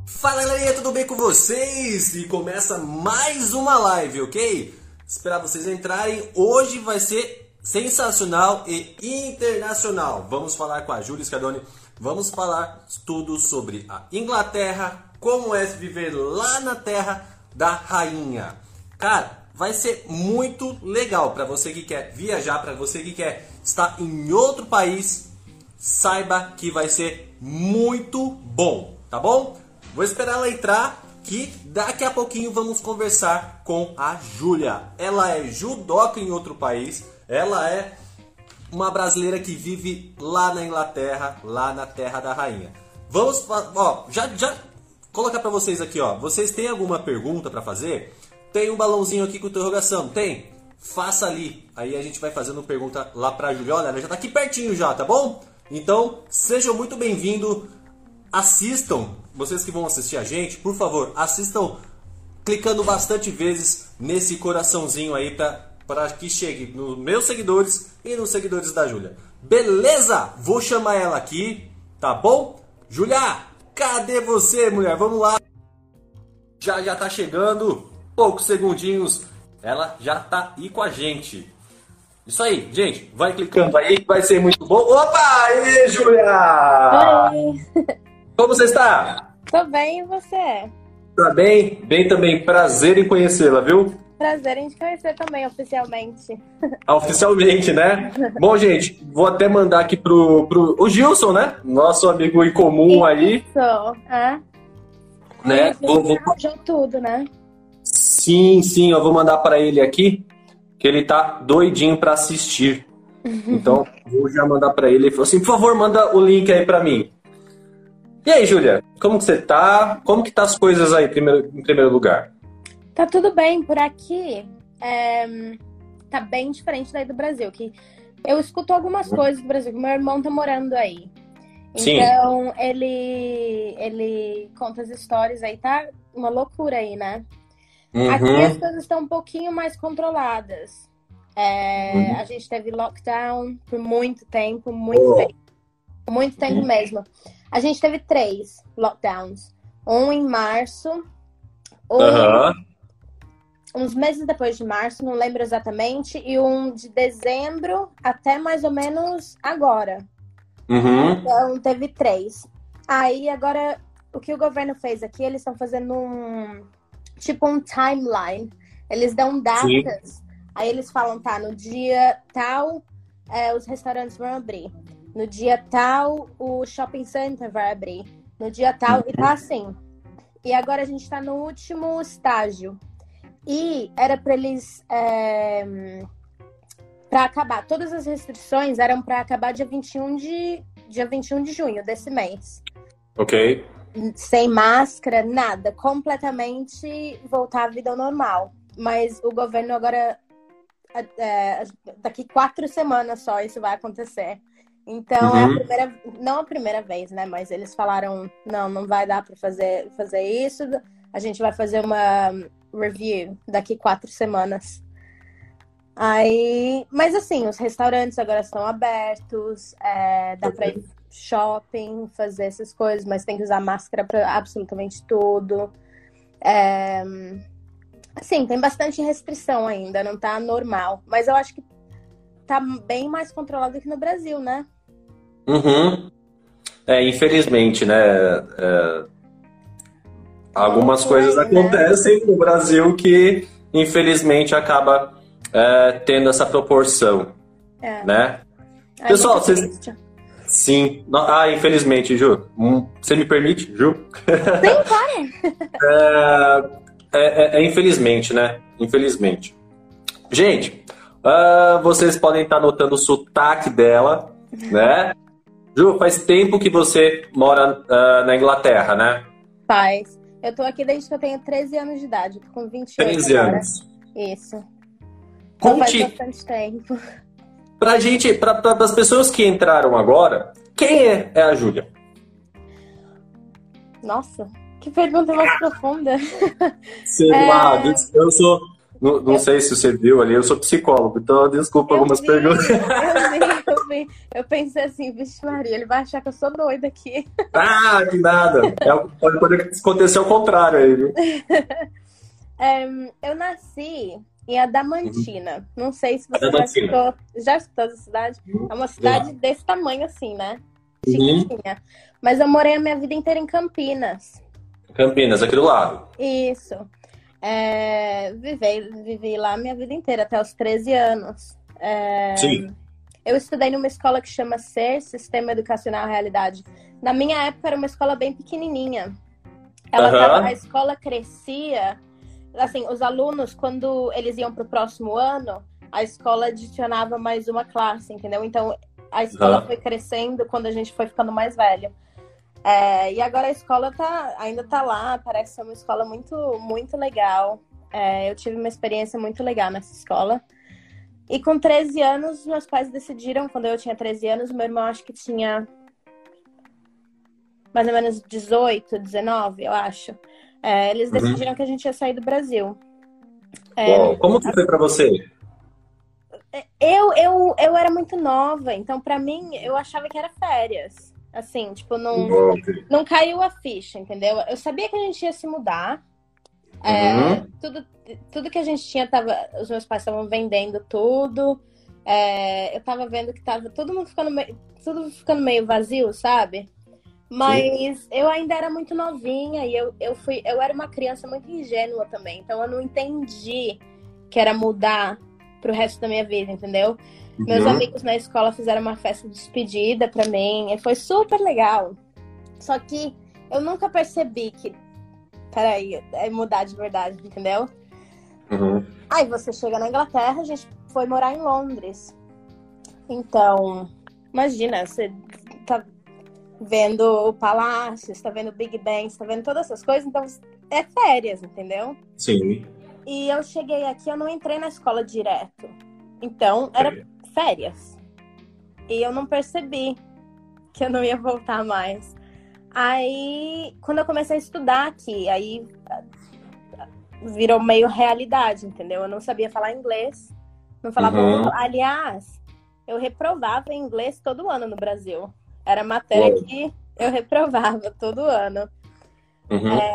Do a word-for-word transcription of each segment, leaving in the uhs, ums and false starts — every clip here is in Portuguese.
Fala galerinha, tudo bem com vocês? E começa mais uma live, ok? Esperar vocês entrarem. Hoje vai ser sensacional e internacional. Vamos falar com a Júlia Scardoni. Vamos falar tudo sobre a Inglaterra, como é viver lá na terra da rainha. Cara, vai ser muito legal para você que quer viajar, para você que quer estar em outro país. Saiba que vai ser muito bom, tá bom? Vou esperar ela entrar, que daqui a pouquinho vamos conversar com a Júlia. Ela é judoca em outro país, ela é uma brasileira que vive lá na Inglaterra, lá na terra da rainha. Vamos, ó, já, já colocar para vocês aqui, ó. Vocês têm alguma pergunta para fazer? Tem um balãozinho aqui com interrogação, tem? Faça ali, aí a gente vai fazendo pergunta lá pra Júlia. Olha, ela já tá aqui pertinho já, tá bom? Então, sejam muito bem-vindos. Assistam, vocês que vão assistir a gente, por favor, assistam clicando bastante vezes nesse coraçãozinho aí para que chegue nos meus seguidores e nos seguidores da Júlia. Beleza? Vou chamar ela aqui, tá bom? Júlia, cadê você, mulher? Vamos lá. Já já tá chegando, poucos segundinhos, ela já tá aí com a gente. Isso aí, gente, vai clicando aí que vai ser muito bom. Opa, aí, Júlia! Oi! Como você está? Tô bem, e você? Tá bem? Bem também. Prazer em conhecê-la, viu? Prazer em te conhecer também, oficialmente. Oficialmente, né? Bom, gente, vou até mandar aqui pro, pro o Gilson, né? Nosso amigo em comum aí. Isso, é? Né? Vou, vou... Já tudo, né? Sim, sim, eu vou mandar para ele aqui, que ele tá doidinho para assistir. Então, vou já mandar para ele. Ele falou assim, por favor, manda o link aí para mim. E aí, Júlia, como que você tá? Como que tá as coisas aí, primeiro, em primeiro lugar? Tá tudo bem por aqui. É, tá bem diferente daí do Brasil, que eu escuto algumas coisas do Brasil, que meu irmão tá morando aí. Sim. Então, ele, ele conta as histórias aí, tá uma loucura aí, né? Uhum. Aqui as coisas estão um pouquinho mais controladas. É, uhum. A gente teve lockdown por muito tempo, muito Oh. tempo. Muito tempo mesmo. A gente teve três lockdowns. Um em março, um Uhum. uns meses depois de março, não lembro exatamente, e um de dezembro até mais ou menos agora. Uhum. Então, teve três. Aí, agora, o que o governo fez aqui, eles estão fazendo um, tipo um timeline. Eles dão datas. Sim. Aí eles falam, tá, no dia tal, é, os restaurantes vão abrir. No dia tal, o shopping center vai abrir. No dia tal, e tá assim. E agora a gente tá no último estágio. E era pra eles... É, pra acabar. Todas as restrições eram pra acabar dia vinte e um de, dia vinte e um de junho desse mês. Ok. Sem máscara, nada. Completamente voltar à vida normal. Mas o governo agora... É, daqui quatro semanas só isso vai acontecer. Então, uhum. é a primeira, não a primeira vez, né? Mas eles falaram, não, não vai dar para fazer, fazer isso. A gente vai fazer uma review daqui quatro semanas. Aí, mas assim, os restaurantes agora estão abertos, é, dá para ir shopping, fazer essas coisas, mas tem que usar máscara para absolutamente tudo. É, assim, tem bastante restrição ainda, não tá normal. Mas eu acho que tá bem mais controlado que no Brasil, né? Uhum. É, infelizmente, né? É, algumas Não coisas foi, acontecem né? no Brasil que, infelizmente, acaba é, tendo essa proporção, é. né? Ai, pessoal, vocês... Sim. Ah, infelizmente, Ju. Você me permite, Ju? Sim, claro. é, é, é infelizmente, né? Infelizmente. Gente... Uh, vocês podem estar notando o sotaque dela, né? Ju, faz tempo que você mora uh, na Inglaterra, né? Faz. Eu tô aqui desde que eu tenho treze anos de idade. Tô com vinte e oito treze agora. anos. Isso. Conte... Faz bastante tempo. Pra gente, pra, pra, as pessoas que entraram agora, quem é, é a Júlia? Nossa, que pergunta mais profunda. Sei é... lá, eu sou... Não, não sei se você viu ali, eu sou psicólogo, então desculpa Eu algumas vi, perguntas. eu vi, eu vi. Eu pensei assim, vixe Maria, ele vai achar que eu sou doida aqui. Ah, que nada. É, o- pode pode acontecer ao contrário aí, viu? Em, eu nasci em Uhum. Adamantina. Não sei se você já Adamantina. escutou, já escutou essa cidade? É uma cidade Já. desse tamanho assim, né? Uhum. Chiquitinha. Mas eu morei a minha vida inteira em Campinas. Campinas, aqui do lado. Isso. É, vivi, vivi lá a minha vida inteira, até os treze anos. É, Sim. eu estudei numa escola que chama SER, Sistema Educacional Realidade. Na minha época era uma escola bem pequenininha. Ela tava, a Aham. escola crescia, assim, os alunos, quando eles iam para o próximo ano, a escola adicionava mais uma classe, entendeu? Então, a escola Aham. foi crescendo quando a gente foi ficando mais velho. É, e agora a escola tá, ainda tá lá, parece ser uma escola muito, muito legal. É, eu tive uma experiência muito legal nessa escola. E com treze anos, meus pais decidiram, quando eu tinha treze anos, meu irmão acho que tinha mais ou menos dezoito, dezenove, eu acho. É, eles Uhum. decidiram que a gente ia sair do Brasil. Uau. Como que foi pra você? Eu, eu, eu era muito nova, então pra mim eu achava que era férias. Assim, tipo, não, Ok. não caiu a ficha, entendeu? Eu sabia que a gente ia se mudar. É, Uhum. tudo, tudo que a gente tinha tava. Os meus pais estavam vendendo tudo. É, eu tava vendo que tava todo mundo ficando meio, tudo ficando meio vazio, sabe? Sim. Mas eu ainda era muito novinha e eu, eu fui, eu era uma criança muito ingênua também, então eu não entendi que era mudar pro resto da minha vida, entendeu? Meus Uhum. amigos na escola fizeram uma festa de despedida pra mim e foi super legal. Só que eu nunca percebi que, peraí, é mudar de verdade, entendeu? Uhum. Aí você chega na Inglaterra, a gente foi morar em Londres. Então, imagina, você tá vendo o Palácio, está vendo o Big Ben, está vendo todas essas coisas, então é férias, entendeu? Sim. E eu cheguei aqui, eu não entrei na escola direto. Então, era Ok. férias. E eu não percebi que eu não ia voltar mais. Aí, quando eu comecei a estudar aqui, aí virou meio realidade, entendeu? Eu não sabia falar inglês, não falava um. Uhum. Aliás, eu reprovava em inglês todo ano no Brasil. Era matéria Uau. que eu reprovava todo ano. Uhum.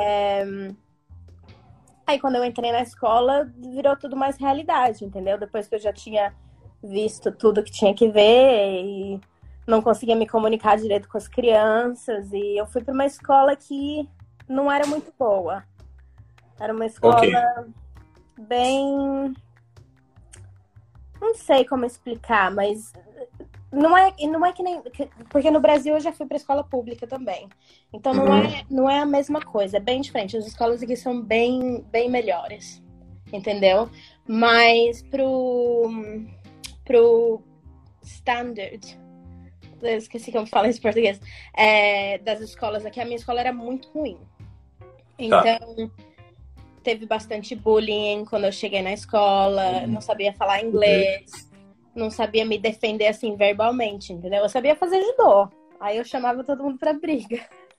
Aí quando eu entrei na escola, virou tudo mais realidade, entendeu? Depois que eu já tinha visto tudo que tinha que ver e não conseguia me comunicar direito com as crianças. E eu fui para uma escola que não era muito boa. Era uma Ok. escola bem. Não sei como explicar, mas não é, não é que nem. Porque no Brasil eu já fui para escola pública também. Então não Uhum. é, não é a mesma coisa, é bem diferente. As escolas aqui são bem, bem melhores, entendeu? Mas pro, pro standard, eu esqueci como fala isso em português, é, das escolas aqui, a minha escola era muito ruim. Tá. Então teve bastante bullying quando eu cheguei na escola, não sabia falar Ok. inglês, não sabia me defender assim verbalmente, entendeu? Eu sabia fazer judô. Aí eu chamava todo mundo pra briga.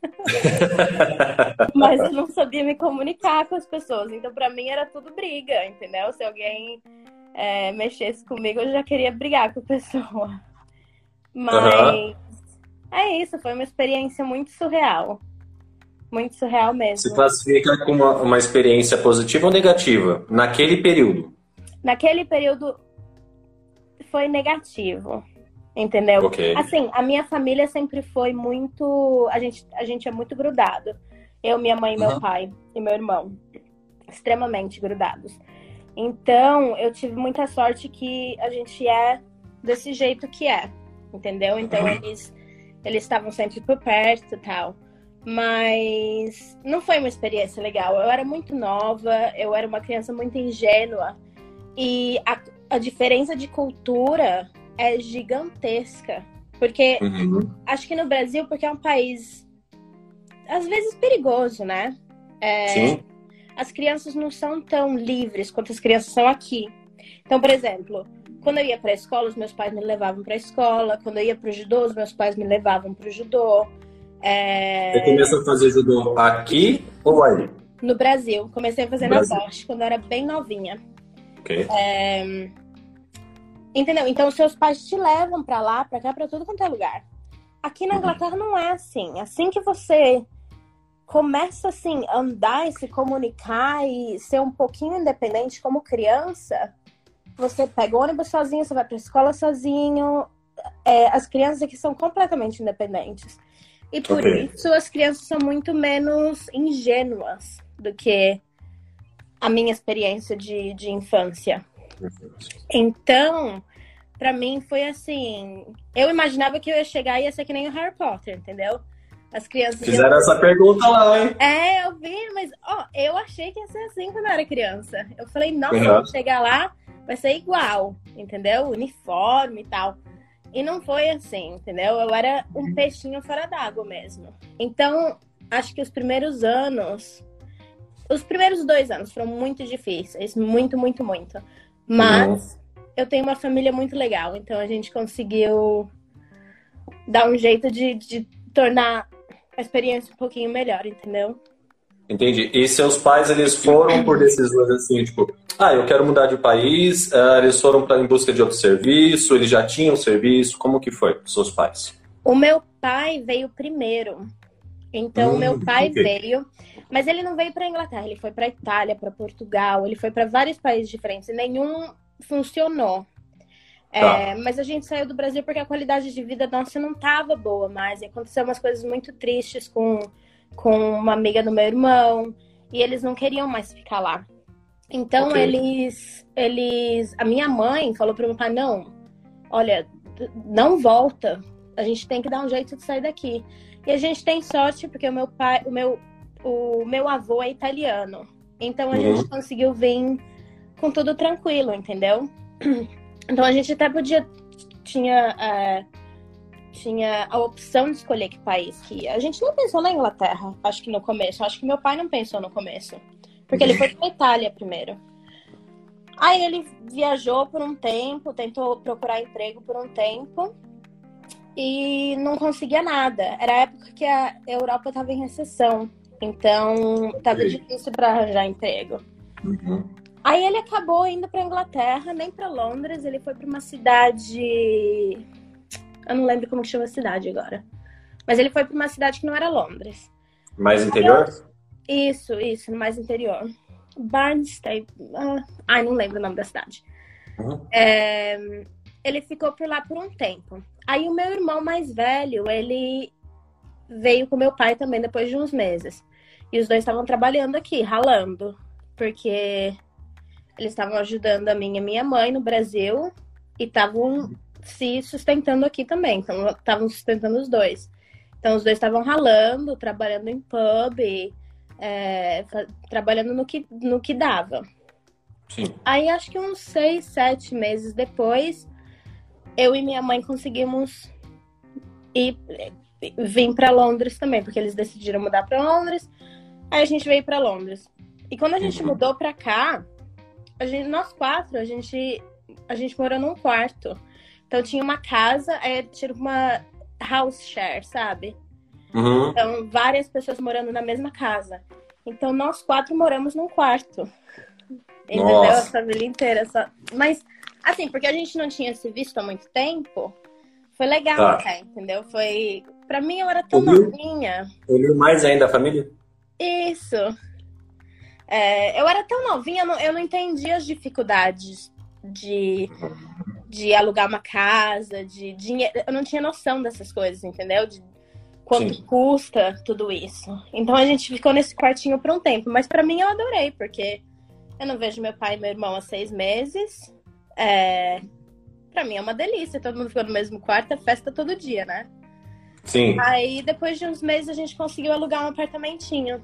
Mas eu não sabia me comunicar com as pessoas. Então, pra mim, era tudo briga, entendeu? Se alguém é, mexesse comigo, eu já queria brigar com a pessoa. Aham. Mas é isso, foi uma experiência muito surreal. Muito surreal Se mesmo. classifica como uma, uma experiência positiva ou negativa naquele período? Naquele período foi negativo, entendeu? Ok. Assim, a minha família sempre foi muito. A gente, a gente é muito grudado. Eu, minha mãe, meu Uhum. pai e meu irmão. Extremamente grudados. Então, eu tive muita sorte que a gente é desse jeito que é, entendeu? Então, eles eles estavam sempre por perto e tal. Mas não foi uma experiência legal. Eu era muito nova, eu era uma criança muito ingênua. E a, a diferença de cultura é gigantesca. Porque Uhum. acho que no Brasil, porque é um país às vezes perigoso, né? É, Sim. as crianças não são tão livres quanto as crianças são aqui. Então, por exemplo, quando eu ia para a escola, os meus pais me levavam para a escola. Quando eu ia para o judô, os meus pais me levavam para o judô. Você É, começou a fazer judô aqui ou aí? no Brasil, comecei a No fazer na Brasil. Bosch quando eu era bem novinha. Ok. É... Entendeu? Então, os seus pais te levam pra lá, pra cá, pra tudo quanto é lugar. Aqui na Inglaterra não é assim. Assim que você começa, assim, a andar e se comunicar e ser um pouquinho independente como criança, você pega o ônibus sozinho, você vai pra escola sozinho. É, as crianças aqui são completamente independentes. E por Ok. isso as crianças são muito menos ingênuas do que a minha experiência de, de infância. Então, pra mim foi assim, eu imaginava que eu ia chegar e ia ser que nem o Harry Potter, entendeu? As crianças Fizeram iam... essa pergunta lá, hein? É, eu vi, mas ó, eu achei que ia ser assim quando eu era criança. Eu falei, nossa, Uhum. eu vou chegar lá, vai ser igual, entendeu? Uniforme e tal. E não foi assim, entendeu? Eu era um peixinho fora d'água mesmo. Então, acho que os primeiros anos, os primeiros dois anos foram muito difíceis, muito, muito, muito. Mas uhum. eu tenho uma família muito legal, então a gente conseguiu dar um jeito de, de tornar a experiência um pouquinho melhor, entendeu? Entendi. E seus pais, eles foram por decisões assim, tipo, ah, eu quero mudar de país, uh, eles foram pra, em busca de outro serviço, eles já tinham serviço, como que foi, seus pais? O meu pai veio primeiro. Então, o hum, meu pai okay. veio, mas ele não veio para a Inglaterra, ele foi para a Itália, para Portugal, ele foi para vários países diferentes e nenhum funcionou. Tá. É, mas a gente saiu do Brasil porque a qualidade de vida nossa não estava boa mais. E aconteceu umas coisas muito tristes com, com uma amiga do meu irmão e eles não queriam mais ficar lá. Então, okay. eles, eles... A minha mãe falou para o meu pai, não, olha, não volta, a gente tem que dar um jeito de sair daqui. E a gente tem sorte porque o meu pai, o meu, o meu avô é italiano. Então a uhum. gente conseguiu vir com tudo tranquilo, entendeu? Então a gente até podia tinha é, tinha a opção de escolher que país que ia. A gente não pensou na Inglaterra, acho que no começo. Acho que meu pai não pensou no começo, porque ele foi para Itália primeiro. Aí ele viajou por um tempo, tentou procurar emprego por um tempo. E não conseguia nada. Era a época que a Europa estava em recessão. Então, estava difícil para arranjar emprego. Uhum. Aí ele acabou indo para Inglaterra, nem para Londres. Ele foi para uma cidade... Eu não lembro como que chama a cidade agora. Mas ele foi para uma cidade que não era Londres. Mais interior? Eu... Isso, isso. Mais interior. Barnstaple. Ah, ai, não lembro o nome da cidade. Uhum. É... Ele ficou por lá por um tempo. Aí o meu irmão mais velho, ele veio com meu pai também depois de uns meses. E os dois estavam trabalhando aqui, ralando. Porque eles estavam ajudando a minha e minha mãe no Brasil. E estavam se sustentando aqui também. Então, estavam sustentando os dois. Então, os dois estavam ralando, trabalhando em pub. É, trabalhando no que, no que dava. Sim. Aí, acho que uns seis, sete meses depois... Eu e minha mãe conseguimos ir, vir para Londres também, porque eles decidiram mudar para Londres. Aí a gente veio para Londres. E quando a gente uhum. mudou para cá, a gente, nós quatro, a gente, a gente morou num quarto. Então tinha uma casa, é tipo uma house share, sabe? Uhum. Então várias pessoas morando na mesma casa. Então nós quatro moramos num quarto. Entendeu? Nossa. A família inteira. Só... Mas... Assim, porque a gente não tinha se visto há muito tempo, foi legal tá. até, entendeu? Foi... Pra mim, eu era tão Uniu, novinha. Uniu mais ainda a família? Isso. É, eu era tão novinha, eu não, eu não entendia as dificuldades de, de alugar uma casa, de dinheiro. Eu não tinha noção dessas coisas, entendeu? De quanto Sim. custa tudo isso. Então, a gente ficou nesse quartinho por um tempo. Mas pra mim, eu adorei, porque eu não vejo meu pai e meu irmão há seis meses... É, pra mim é uma delícia, todo mundo ficou no mesmo quarto, é festa todo dia, né? Sim. Aí depois de uns meses a gente conseguiu alugar um apartamentinho.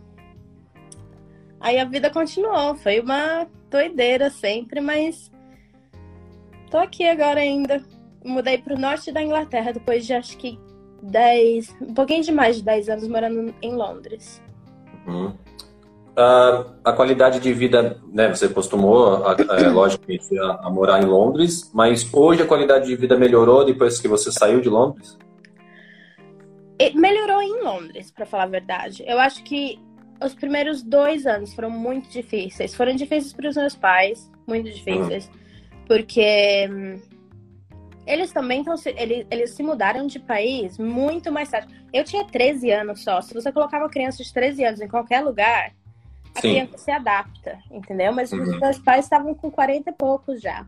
Aí a vida continuou, foi uma doideira sempre, mas tô aqui agora ainda. Mudei pro norte da Inglaterra depois de acho que dez, um pouquinho de mais de dez anos morando em Londres. Uhum. Uh, a qualidade de vida, né, você acostumou, a, a, logicamente, a, a morar em Londres, mas hoje a qualidade de vida melhorou depois que você saiu de Londres? Melhorou em Londres, pra falar a verdade. Eu acho que os primeiros dois anos foram muito difíceis. Foram difíceis para os meus pais, muito difíceis. Uhum. Porque hum, eles também estão se, eles, eles se mudaram de país muito mais tarde. Eu tinha treze anos só. Se você colocar uma criança de treze anos em qualquer lugar, a Sim. criança se adapta, entendeu? Mas uhum. os meus pais estavam com quarenta e poucos já.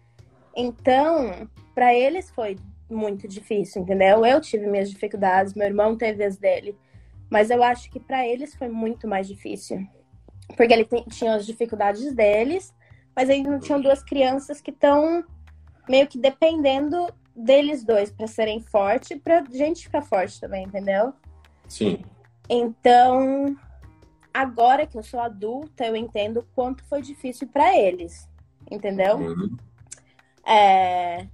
Então, para eles foi muito difícil, entendeu? Eu tive minhas dificuldades, meu irmão teve as dele. Mas eu acho que para eles foi muito mais difícil. Porque ele tinha as dificuldades deles, mas ainda não tinham duas crianças que estão meio que dependendo deles dois para serem fortes, pra gente ficar forte também, entendeu? Sim. Então, agora que eu sou adulta, eu entendo o quanto foi difícil para eles, entendeu? Uhum. É...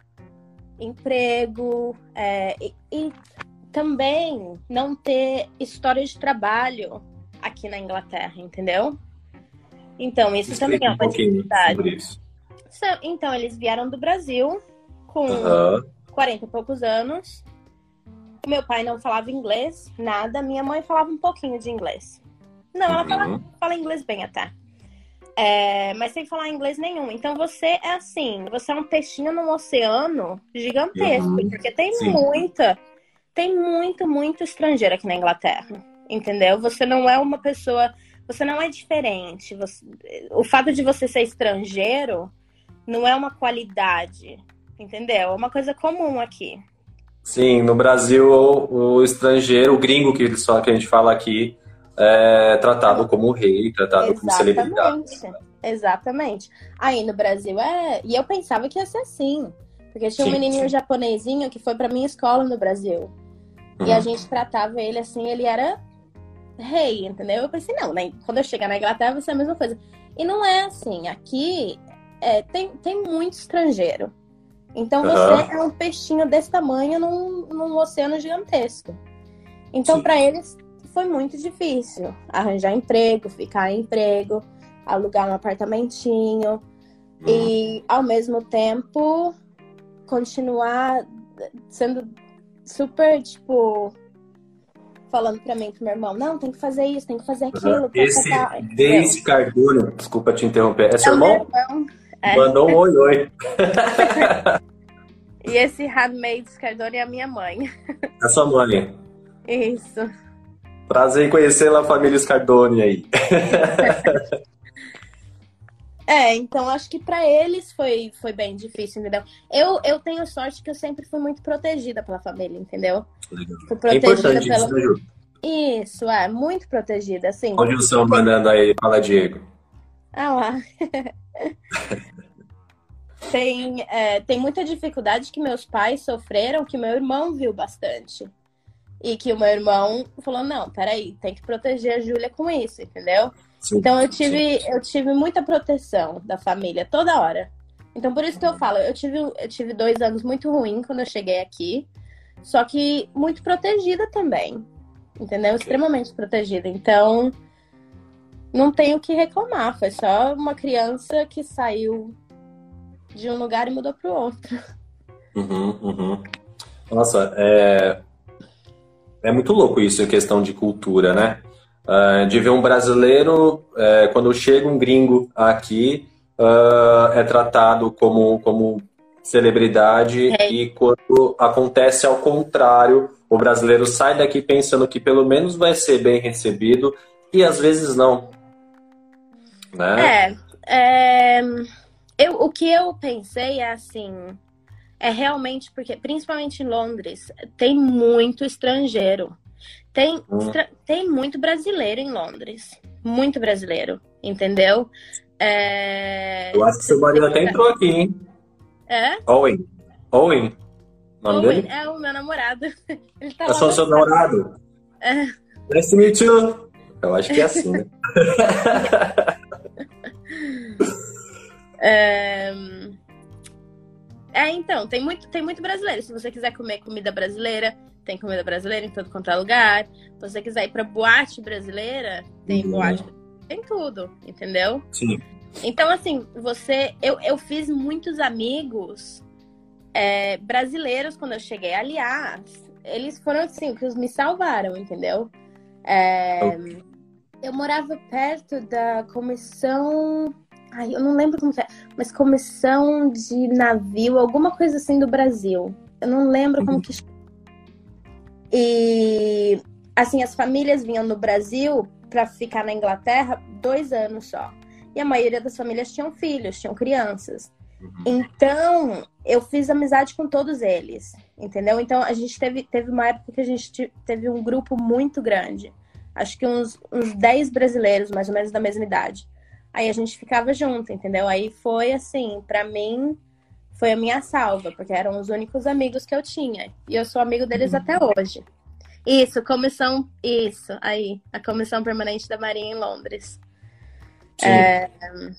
Emprego, é... e, e também não ter história de trabalho aqui na Inglaterra, entendeu? Então, isso Explica também é uma um dificuldade. Sobre isso. Então, eles vieram do Brasil com uhum. quarenta e poucos anos. Meu pai não falava inglês, nada. Minha mãe falava um pouquinho de inglês. Não, ela uhum. fala, fala inglês bem até. É, mas sem falar inglês nenhum. Então, você é assim, você é um peixinho num oceano gigantesco. Uhum. Porque tem Sim. muita... Tem muito, muito estrangeiro aqui na Inglaterra, entendeu? Você não é uma pessoa... Você não é diferente. Você, o fato de você ser estrangeiro não é uma qualidade, entendeu? É uma coisa comum aqui. Sim, no Brasil, o, o estrangeiro, o gringo que, eles falam, que a gente fala aqui, é tratado como rei, tratado Exatamente. como celebridade. Exatamente. Aí no Brasil é... E eu pensava que ia ser assim. Porque tinha um sim, menininho sim. japonesinho que foi pra minha escola no Brasil. E a gente tratava ele assim, ele era rei, entendeu? Eu pensei, não, né? Quando eu chegar na Inglaterra vai ser a mesma coisa. E não é assim. Aqui é, tem, tem muito estrangeiro. Então Uhum. você é um peixinho desse tamanho num, num oceano gigantesco. Então para eles foi muito difícil arranjar emprego, ficar em emprego, alugar um apartamentinho. Uhum. E ao mesmo tempo continuar sendo super, tipo, falando pra mim, pro meu irmão, não, tem que fazer isso, tem que fazer aquilo. Esse pra Daisy Cardone, desculpa te interromper, é seu é irmão? irmão? É. Mandou um oi, oi. E esse Handmaid's Cardone é a minha mãe. É sua mãe. Isso. Prazer em conhecê-la, família Cardone aí. É, então acho que pra eles foi, foi bem difícil, entendeu? Eu, eu tenho sorte que eu sempre fui muito protegida pela família, entendeu? Legal. Fui protegida é importante pelo... isso, né, Ju? Isso, é, muito protegida, assim. Onde o som mandando aí? Fala, Diego. Ah lá. tem, é, tem muita dificuldade que meus pais sofreram, que meu irmão viu bastante. E que o meu irmão falou, não, peraí, tem que proteger a Júlia com isso, entendeu? Sim, então eu tive, sim. eu tive muita proteção da família toda hora. Então por isso que eu falo, eu tive, eu tive dois anos muito ruins quando eu cheguei aqui, só que muito protegida também, entendeu? Okay. Extremamente protegida. Então não tenho o que reclamar, foi só uma criança que saiu de um lugar e mudou para o outro. Uhum, uhum. Nossa, é... é muito louco isso, a questão de cultura, né? Uh, de ver um brasileiro, uh, quando chega um gringo aqui, uh, é tratado como, como celebridade, é. E quando acontece ao contrário, o brasileiro sai daqui pensando que pelo menos vai ser bem recebido e às vezes não. Né? É, é eu, o que eu pensei é assim, é realmente porque, principalmente em Londres, tem muito estrangeiro. Tem, hum. tem muito brasileiro em Londres. Muito brasileiro, entendeu? É... Eu acho que seu marido até entrou aqui, hein? É? Owen. Owen. O nome Owen dele? é o meu namorado. Ele tá é só o seu namorado? É. Nice to meet you. Eu acho que é assim, né? é... é, então, tem muito, tem muito brasileiro. Se você quiser comer comida brasileira, tem comida brasileira em todo quanto é lugar. Se você quiser ir pra boate brasileira, tem uhum. boate. Tem tudo, entendeu? Sim. Então, assim, você... Eu, eu fiz muitos amigos é, brasileiros quando eu cheguei. Aliás, eles foram, assim, os que me salvaram, entendeu? É, Eu morava perto da comissão. Ai, eu não lembro como que é, mas comissão de navio, alguma coisa assim do Brasil. Eu não lembro como que chama. E assim, as famílias vinham no Brasil para ficar na Inglaterra dois anos só. E a maioria das famílias tinham filhos, tinham crianças. Então, eu fiz amizade com todos eles, entendeu? Então, a gente teve, teve uma época que a gente teve um grupo muito grande. Acho que uns, uns dez brasileiros, mais ou menos, da mesma idade. Aí a gente ficava junto, entendeu? Aí foi assim, pra mim, foi a minha salva, porque eram os únicos amigos que eu tinha. E eu sou amigo deles até hoje. Isso, comissão, isso, aí, a comissão permanente da Marinha em Londres. É,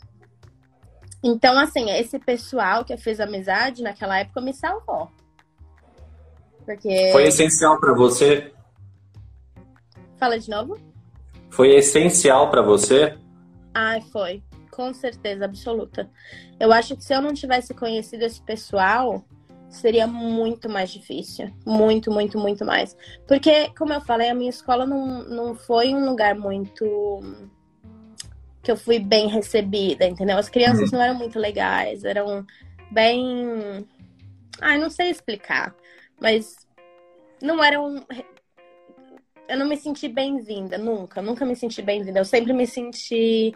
então, assim, esse pessoal que eu fiz amizade naquela época me salvou. Porque... Foi essencial para você? Fala de novo? Foi essencial para você? Ai, foi. Com certeza absoluta. Eu acho que se eu não tivesse conhecido esse pessoal, seria muito mais difícil. Muito, muito, muito mais. Porque, como eu falei, a minha escola não, não foi um lugar muito... que eu fui bem recebida, entendeu? As crianças não eram muito legais, eram bem... Ai, não sei explicar. Mas não eram... Eu não me senti bem-vinda, nunca. Nunca me senti bem-vinda. Eu sempre me senti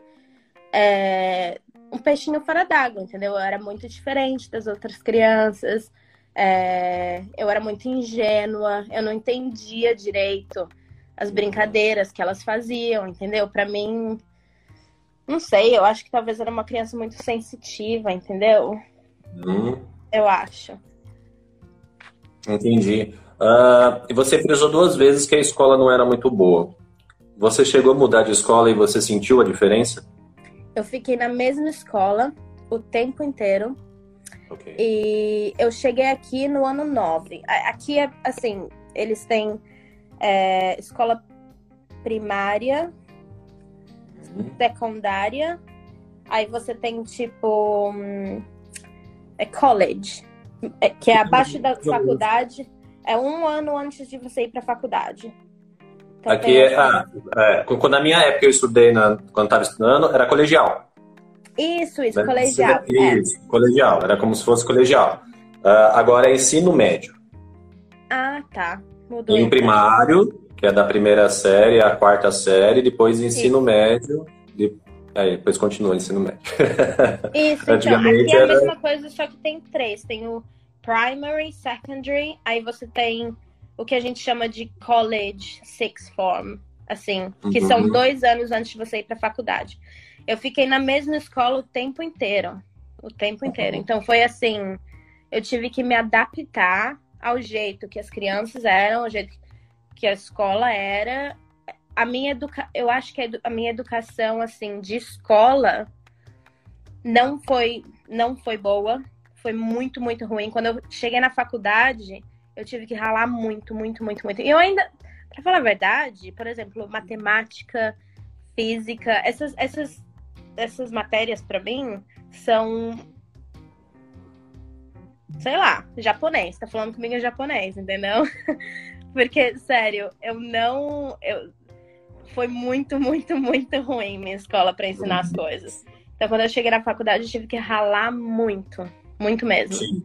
é, um peixinho fora d'água, entendeu? Eu era muito diferente das outras crianças. É, eu era muito ingênua. Eu não entendia direito as brincadeiras que elas faziam, entendeu? Pra mim, não sei. Eu acho que talvez eu era uma criança muito sensitiva, entendeu? Hum. Eu acho. Entendi. Uh, e você frisou duas vezes que a escola não era muito boa. Você chegou a mudar de escola e você sentiu a diferença? Eu fiquei na mesma escola o tempo inteiro. Okay. E eu cheguei aqui no ano nove. Aqui é assim, eles têm é, escola primária, uhum. secundária, aí você tem tipo um, é college, é, que é abaixo da faculdade. É um ano antes de você ir para a faculdade. Então, aqui, é, ah, é, quando na minha época eu estudei, na, quando estava estudando, era colegial. Isso, isso, né? colegial. Isso, é. colegial, era como se fosse colegial. Uh, agora é ensino médio. Ah, tá. Mudou. Em primário, que é da primeira série à quarta série, depois ensino isso. médio, de, aí, depois continua ensino médio. Isso, então, aqui é a mesma coisa, só que tem três. Tem o primary, secondary, aí você tem o que a gente chama de college sixth form, assim, que uhum. são dois anos antes de você ir para a faculdade. Eu fiquei na mesma escola o tempo inteiro, o tempo inteiro. Uhum. Então foi assim, eu tive que me adaptar ao jeito que as crianças eram, ao jeito que a escola era. A minha educa... Eu acho que a minha educação, assim, de escola não foi, não foi boa. Foi muito, muito ruim. Quando eu cheguei na faculdade, eu tive que ralar muito, muito, muito, muito. E eu ainda, pra falar a verdade, por exemplo, matemática, física, essas, essas, essas matérias pra mim são, sei lá, japonês. Tá falando comigo em japonês, entendeu? Porque, sério, eu não... Eu, foi muito, muito, muito ruim minha escola pra ensinar as coisas. Então, quando eu cheguei na faculdade, eu tive que ralar muito. Muito mesmo. Sim.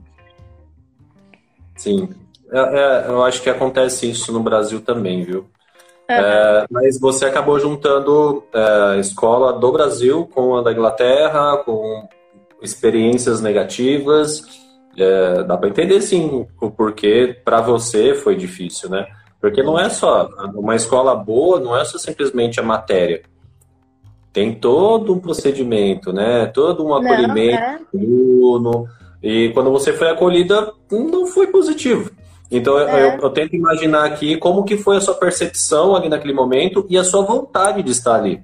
Sim. É, é, eu acho que acontece isso no Brasil também, viu? Uhum. É, mas você acabou juntando é, a escola do Brasil com a da Inglaterra, com experiências negativas. É, dá para entender, sim, o porquê para você foi difícil, né? Porque não é só... Uma escola boa não é só simplesmente a matéria. Tem todo um procedimento, né? Todo um acolhimento do aluno. E quando você foi acolhida, não foi positivo. Então, é. eu, eu tento imaginar aqui como que foi a sua percepção ali naquele momento e a sua vontade de estar ali.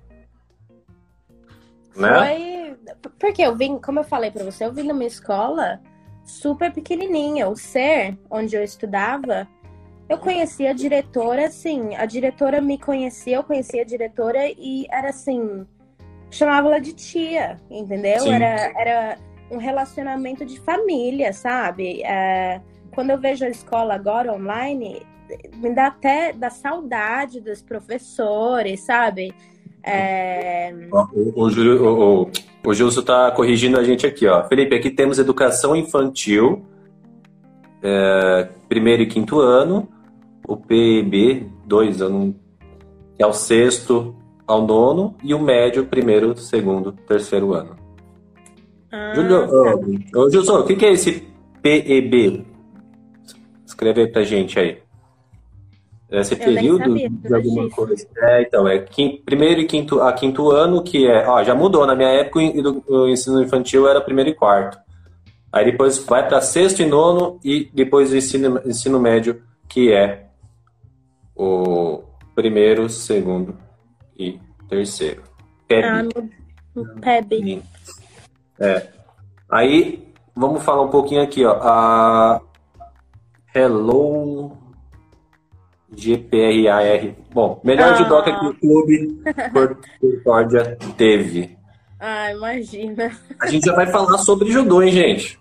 Né? Foi... Porque eu vim, como eu falei pra você, eu vim numa escola super pequenininha. O SER, onde eu estudava, eu conhecia a diretora, assim, a diretora me conhecia, eu conhecia a diretora e era assim, chamava ela de tia, entendeu? Era, era um relacionamento de família, sabe? É, quando eu vejo a escola agora online, me dá até da saudade dos professores, sabe? É... O, o, Júlio, o, o, o Gilson tá corrigindo a gente aqui, ó. Felipe, aqui temos educação infantil, é, primeiro e quinto ano, o P E B dois, eu não, que é o sexto ao nono, e o médio, primeiro, segundo, terceiro ano. Ah, Júlio, tá. ô, ô, Gilson, o que, que é esse P E B? Escreve aí pra gente aí. Esse Eu nem período sabia de tudo alguma disso. coisa. É, então, é quin- primeiro e quinto, a quinto ano, que é. Ó, já mudou. Na minha época, o en- o ensino infantil era primeiro e quarto. Aí depois vai para sexto e nono, e depois o ensino, ensino médio, que é o primeiro, segundo e terceiro. Ah, P E B. no P E B. E- Aí, vamos falar um pouquinho aqui, ó. A Hello G P R A R. Bom, melhor judoca que Ah, o clube Cor- Concórdia teve. ah, imagina. A gente já vai falar sobre judô, hein, gente?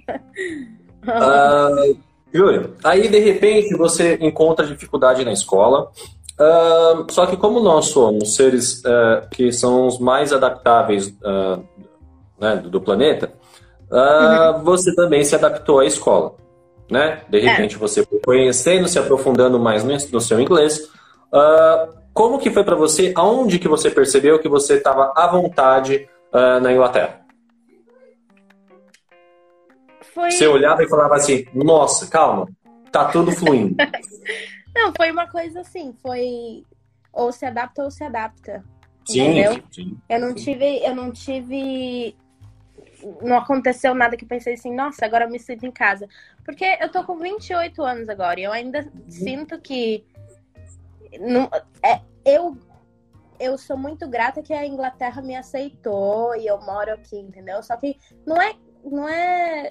Ah, Júlio, aí de repente você encontra dificuldade na escola. Ah, só que como nós somos seres ah, que são os mais adaptáveis ah, né, do do planeta, Uhum. ah, você também se adaptou à escola, né? De É, repente você foi conhecendo, se aprofundando mais no, no seu inglês. Ah, como que foi para você? Aonde que você percebeu que você estava à vontade ah, na Inglaterra? Você foi. olhava e falava assim: Nossa, calma, tá tudo fluindo. Não, foi uma coisa assim, foi ou se adapta ou se adapta, Sim, entendeu? sim. Eu não tive, eu não tive, não aconteceu nada que eu pensei assim, nossa, agora eu me sinto em casa. Porque eu tô com vinte e oito anos agora e eu ainda sinto que não, é, eu eu sou muito grata que a Inglaterra me aceitou e eu moro aqui, entendeu? Só que não é, não é,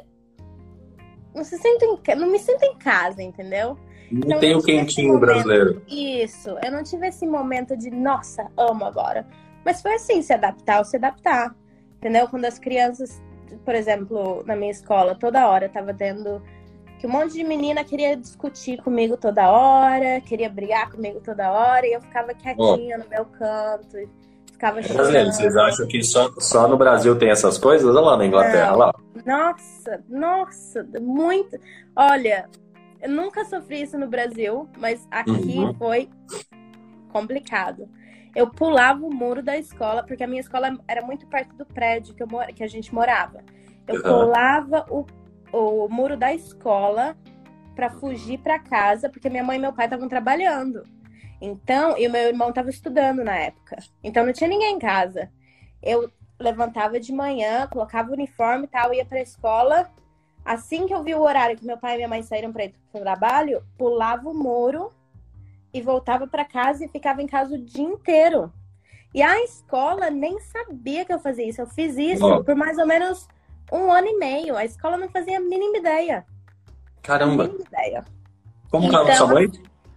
não se sinto em, ca- não me sinto em casa, entendeu? Não Então eu tem não o tive esse quentinho momento, brasileiro. isso, eu não tive esse momento de, nossa, amo agora. Mas foi assim, se adaptar ou se adaptar, entendeu? Quando as crianças, por exemplo, na minha escola, toda hora tava tendo que um monte de menina queria discutir comigo toda hora, queria brigar comigo toda hora, e eu ficava Ó, quietinha no meu canto, ficava é brasileiro, vocês chorando. acham que só, só no Brasil tem essas coisas? Olha lá na Inglaterra, olha Não, lá. nossa, nossa, muito. Olha, eu nunca sofri isso no Brasil, mas aqui Uhum. foi complicado. Eu pulava o muro da escola, porque a minha escola era muito perto do prédio que, eu, mor- que a gente morava. Eu Uhum. pulava o, o muro da escola para fugir para casa, porque minha mãe e meu pai estavam trabalhando. Então, e o meu irmão estava estudando na época. Então não tinha ninguém em casa. Eu levantava de manhã, colocava o uniforme e tal, ia para a escola. Assim que eu vi o horário que meu pai e minha mãe saíram para ir para o trabalho, pulava o muro e voltava para casa e ficava em casa o dia inteiro. E a escola nem sabia que eu fazia isso. Eu fiz isso Ó, por mais ou menos um ano e meio. A escola não fazia a mínima ideia. A caramba. mínima ideia. Como que é o nome da sua Então, mãe?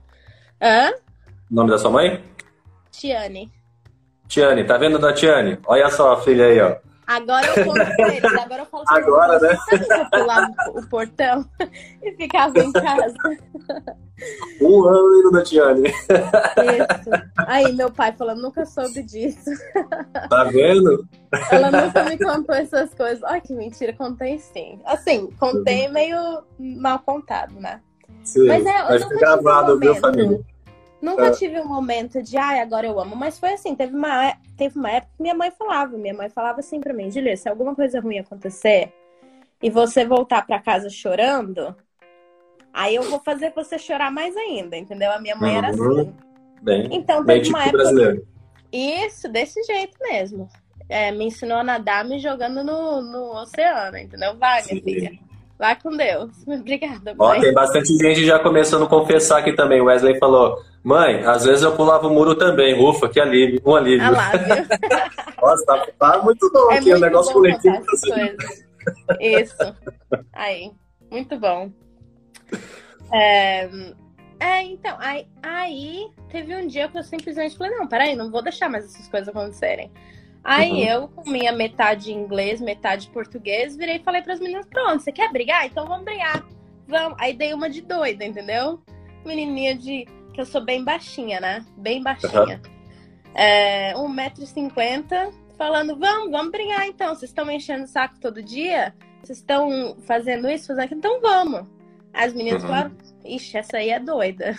hã? O nome da sua mãe? Tiane. Tiane, tá vendo da Tiane? Olha só a filha aí, ó. Agora eu conto pra eles. Agora eu falo pra eles. Eu Agora, falo, né? você sabe que eu pulava o portão e ficava em casa? Um ano indo da Tiane. Isso. Aí meu pai falando, nunca soube disso. Tá vendo? Ela nunca me contou essas coisas. Ai, que mentira, contei sim. Assim, contei meio mal contado, né? Mas Sim, é, eu vai ficar nunca tive um gravado, viu, família? momento. Nunca tive um momento de, ai, agora eu amo. Mas foi assim, teve uma, teve uma época que minha mãe falava. Minha mãe falava assim pra mim, Julia, se alguma coisa ruim acontecer e você voltar pra casa chorando, aí eu vou fazer você chorar mais ainda, entendeu? A minha mãe era Uhum. assim. Bem, Então bem teve uma típico época. brasileiro. Isso, desse jeito mesmo. É, me ensinou a nadar me jogando no, no oceano, entendeu? Vai, minha filha. Sim. Vai com Deus. Obrigada, Ó, mãe. tem bastante gente já começando a confessar aqui também. O Wesley falou, mãe, às vezes eu pulava o muro também. Ufa, que alívio, um Ah alívio. lá, viu? Nossa, tá, tá muito bom É aqui, o muito negócio bom contar coletivo tá essas sendo. coisas. Isso. Aí, muito bom. É, é, então, aí, aí teve um dia que eu simplesmente falei, não, peraí, não vou deixar mais essas coisas acontecerem. Aí Uhum. eu, com minha metade inglês, metade português, virei e falei pras meninas, pronto, você quer brigar? Então vamos brigar. Vamos. Aí dei uma de doida, entendeu? Menininha de... que eu sou bem baixinha, né? Bem Uhum. baixinha. é, um metro e cinquenta, falando, vamos, vamos brigar então. Vocês estão me enchendo o saco todo dia? Vocês estão fazendo isso, fazendo aquilo? Então vamos. As meninas uhum. falaram, ixi, essa aí é doida.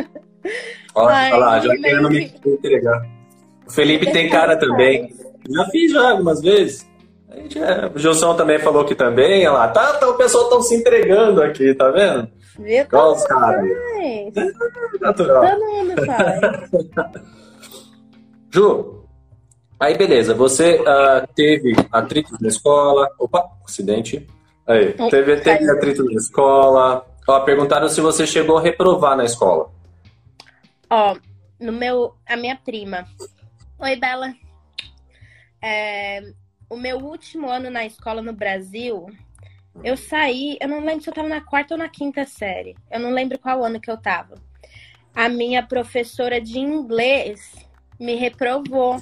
Olha lá, já querendo me entregar. O Felipe tem cara também. Já fiz já algumas vezes. A gente, é, o Gilson também falou que também. Olha lá, tá, tá, o pessoal estão se entregando aqui, tá vendo? Viu? Olha os caras. Natural. Todo mundo faz. Ju, aí beleza, você uh, teve atritos na escola. Opa, acidente. Aí, teve, teve atritos na escola. Ó, perguntaram se você chegou a reprovar na escola. Ó, no meu, a minha prima. Oi, Bela. É, o meu último ano na escola no Brasil, eu saí, eu não lembro se eu tava na quarta ou na quinta série. Eu não lembro qual ano que eu tava. A minha professora de inglês me reprovou.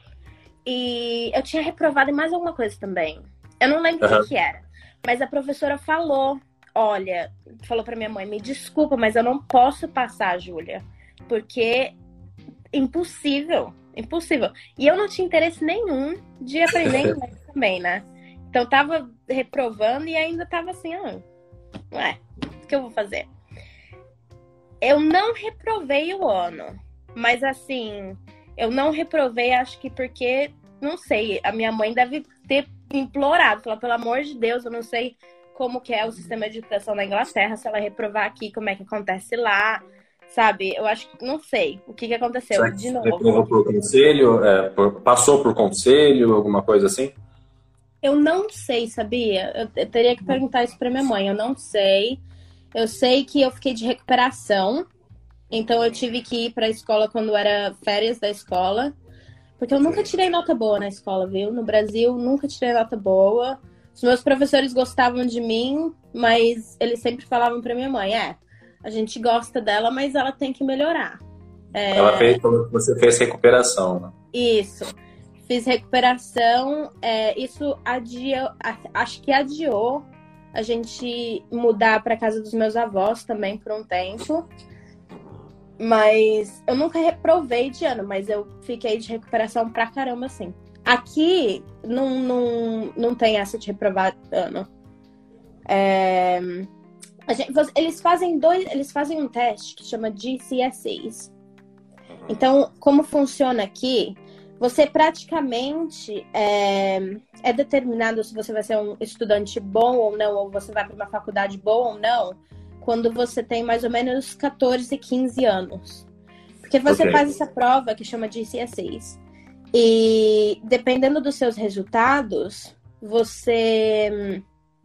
E eu tinha reprovado em mais alguma coisa também. Eu não lembro o uhum. que, que era. Mas a professora falou, olha, falou pra minha mãe, me desculpa, mas eu não posso passar, Júlia. Porque impossível, impossível. E eu não tinha interesse nenhum de aprender inglês também, né? Então tava reprovando e ainda tava assim, ah, ué, o que eu vou fazer? Eu não reprovei o ano, mas assim, eu não reprovei, acho que porque, não sei, a minha mãe deve ter implorado, falar, pelo amor de Deus, eu não sei como que é o sistema de educação na Inglaterra, se ela reprovar aqui, como é que acontece lá, sabe? Eu acho que, não sei, o que que aconteceu, Será que de novo. Reprovou por conselho, é, por, passou por conselho, alguma coisa assim? Eu não sei, sabia? Eu, eu teria que perguntar isso pra minha mãe, eu não sei. Eu sei que eu fiquei de recuperação, então eu tive que ir pra escola quando era férias da escola, porque eu nunca tirei nota boa na escola, viu? No Brasil, nunca tirei nota boa. Os meus professores gostavam de mim, mas eles sempre falavam pra minha mãe, é, a gente gosta dela, mas ela tem que melhorar. É... Ela fez, você fez recuperação, né? Isso. Fiz recuperação, é, isso adiou, acho que adiou a gente mudar pra casa dos meus avós também por um tempo. Mas eu nunca reprovei de ano, mas eu fiquei de recuperação pra caramba, assim. Aqui não, não, não tem essa de reprovar ano. É, a gente, eles fazem dois, eles fazem um teste que chama G C S Es. Então, como funciona aqui, você praticamente é, é determinado se você vai ser um estudante bom ou não, ou você vai para uma faculdade boa ou não, quando você tem mais ou menos catorze, quinze anos. Porque você okay. faz essa prova que chama de G C S Es. E dependendo dos seus resultados, você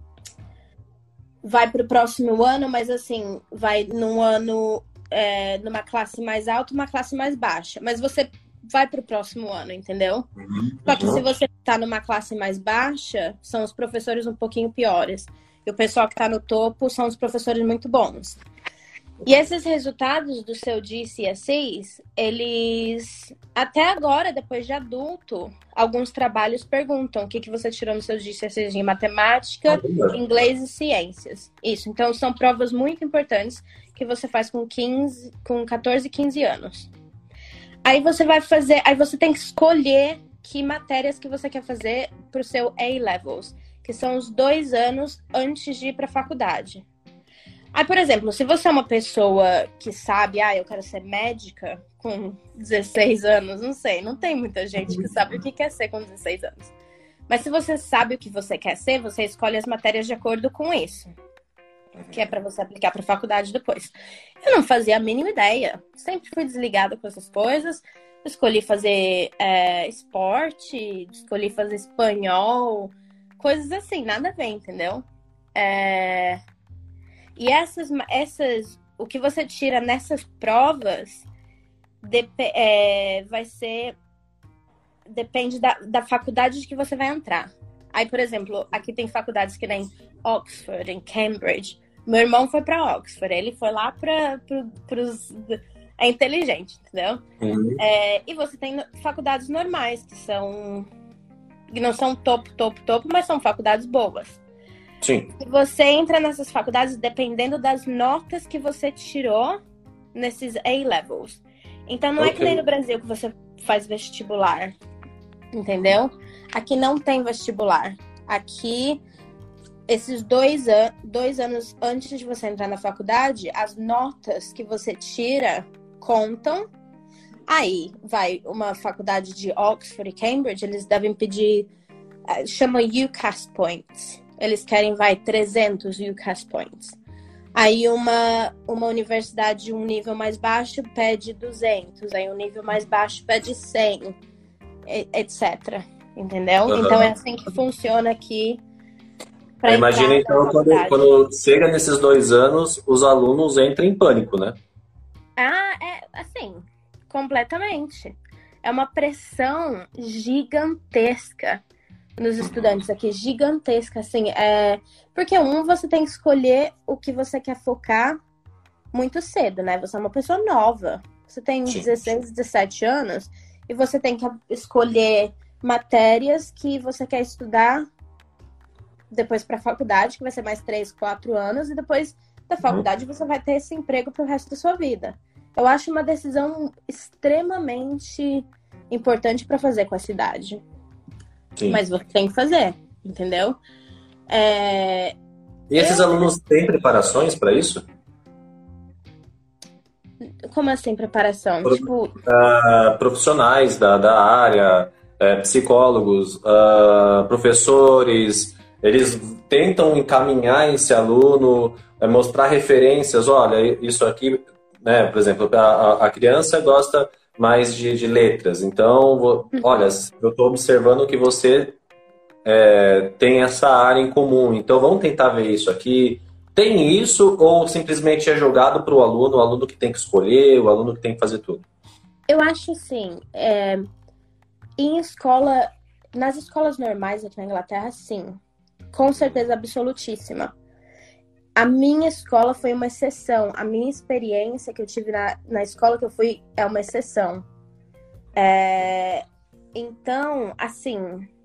vai para o próximo ano, mas assim, vai num ano, é, numa classe mais alta, uma classe mais baixa. Mas você vai para o próximo ano, entendeu? Uhum. Só que se você está numa classe mais baixa, são os professores um pouquinho piores. E o pessoal que está no topo são os professores muito bons. E esses resultados do seu G C S Es, eles, até agora, depois de adulto, alguns trabalhos perguntam o que, que você tirou no seu G C S Es em matemática, inglês e ciências. Isso, então são provas muito importantes que você faz com, quinze, com catorze, quinze anos. Aí você vai fazer, aí você tem que escolher que matérias que você quer fazer para o seu A-Levels, que são os dois anos antes de ir para a faculdade. Aí, por exemplo, se você é uma pessoa que sabe, ah, eu quero ser médica com dezesseis anos, não sei, não tem muita gente que sabe o que quer ser com dezesseis anos. Mas se você sabe o que você quer ser, você escolhe as matérias de acordo com isso, que é para você aplicar para a faculdade depois. Eu não fazia a mínima ideia, sempre fui desligada com essas coisas. Escolhi fazer é, esporte, escolhi fazer espanhol, coisas assim, nada a ver, entendeu? É... E essas, essas, o que você tira nessas provas dep- é, vai ser, depende da, da faculdade de que você vai entrar. Aí, por exemplo, aqui tem faculdades que nem Oxford, em Cambridge. Meu irmão foi para Oxford, ele foi lá para os... É inteligente, entendeu? Uhum. É, e você tem faculdades normais, que são... que não são topo, topo, topo, mas são faculdades boas. Sim. E você entra nessas faculdades dependendo das notas que você tirou nesses A-Levels. Então, não okay. é que nem no Brasil, que você faz vestibular, entendeu? Aqui não tem vestibular. Aqui, esses dois, an- dois anos antes de você entrar na faculdade, as notas que você tira contam. Aí, vai, uma faculdade de Oxford e Cambridge, eles devem pedir, uh, chama UCAS Points. Eles querem, vai, trezentos UCAS Points. Aí, uma, uma universidade de um nível mais baixo pede duzentos. Aí, um nível mais baixo pede cem, etcétera. Entendeu? Uhum. Então, é assim que funciona aqui. Imagina, então, quando, quando chega nesses dois anos, os alunos entram em pânico, né? Ah, é assim... Completamente. É uma pressão gigantesca nos estudantes aqui, gigantesca, assim. É... Porque, um, você tem que escolher o que você quer focar muito cedo, né? Você é uma pessoa nova. Você tem Sim. dezesseis, dezessete anos e você tem que escolher matérias que você quer estudar depois para a faculdade, que vai ser mais três, quatro anos, e depois da faculdade você vai ter esse emprego pro resto da sua vida. Eu acho uma decisão extremamente importante para fazer com a cidade. Sim. Mas você tem que fazer, entendeu? É... E esses Eu... alunos têm preparações para isso? Como assim, preparação? Pro... Tipo... Uh, profissionais da, da área, é, psicólogos, uh, professores, eles tentam encaminhar esse aluno, é, mostrar referências, olha, isso aqui... Né? Por exemplo, a, a criança gosta mais de, de letras. Então, vou, olha, eu estou observando que você é, tem essa área em comum. Então, vamos tentar ver isso aqui. Tem isso ou simplesmente é jogado para o aluno, o aluno que tem que escolher, o aluno que tem que fazer tudo? Eu acho assim, é, em escola, nas escolas normais aqui na Inglaterra, sim. Com certeza absolutíssima. A minha escola foi uma exceção. A minha experiência que eu tive na, na escola que eu fui é uma exceção. É... Então, assim,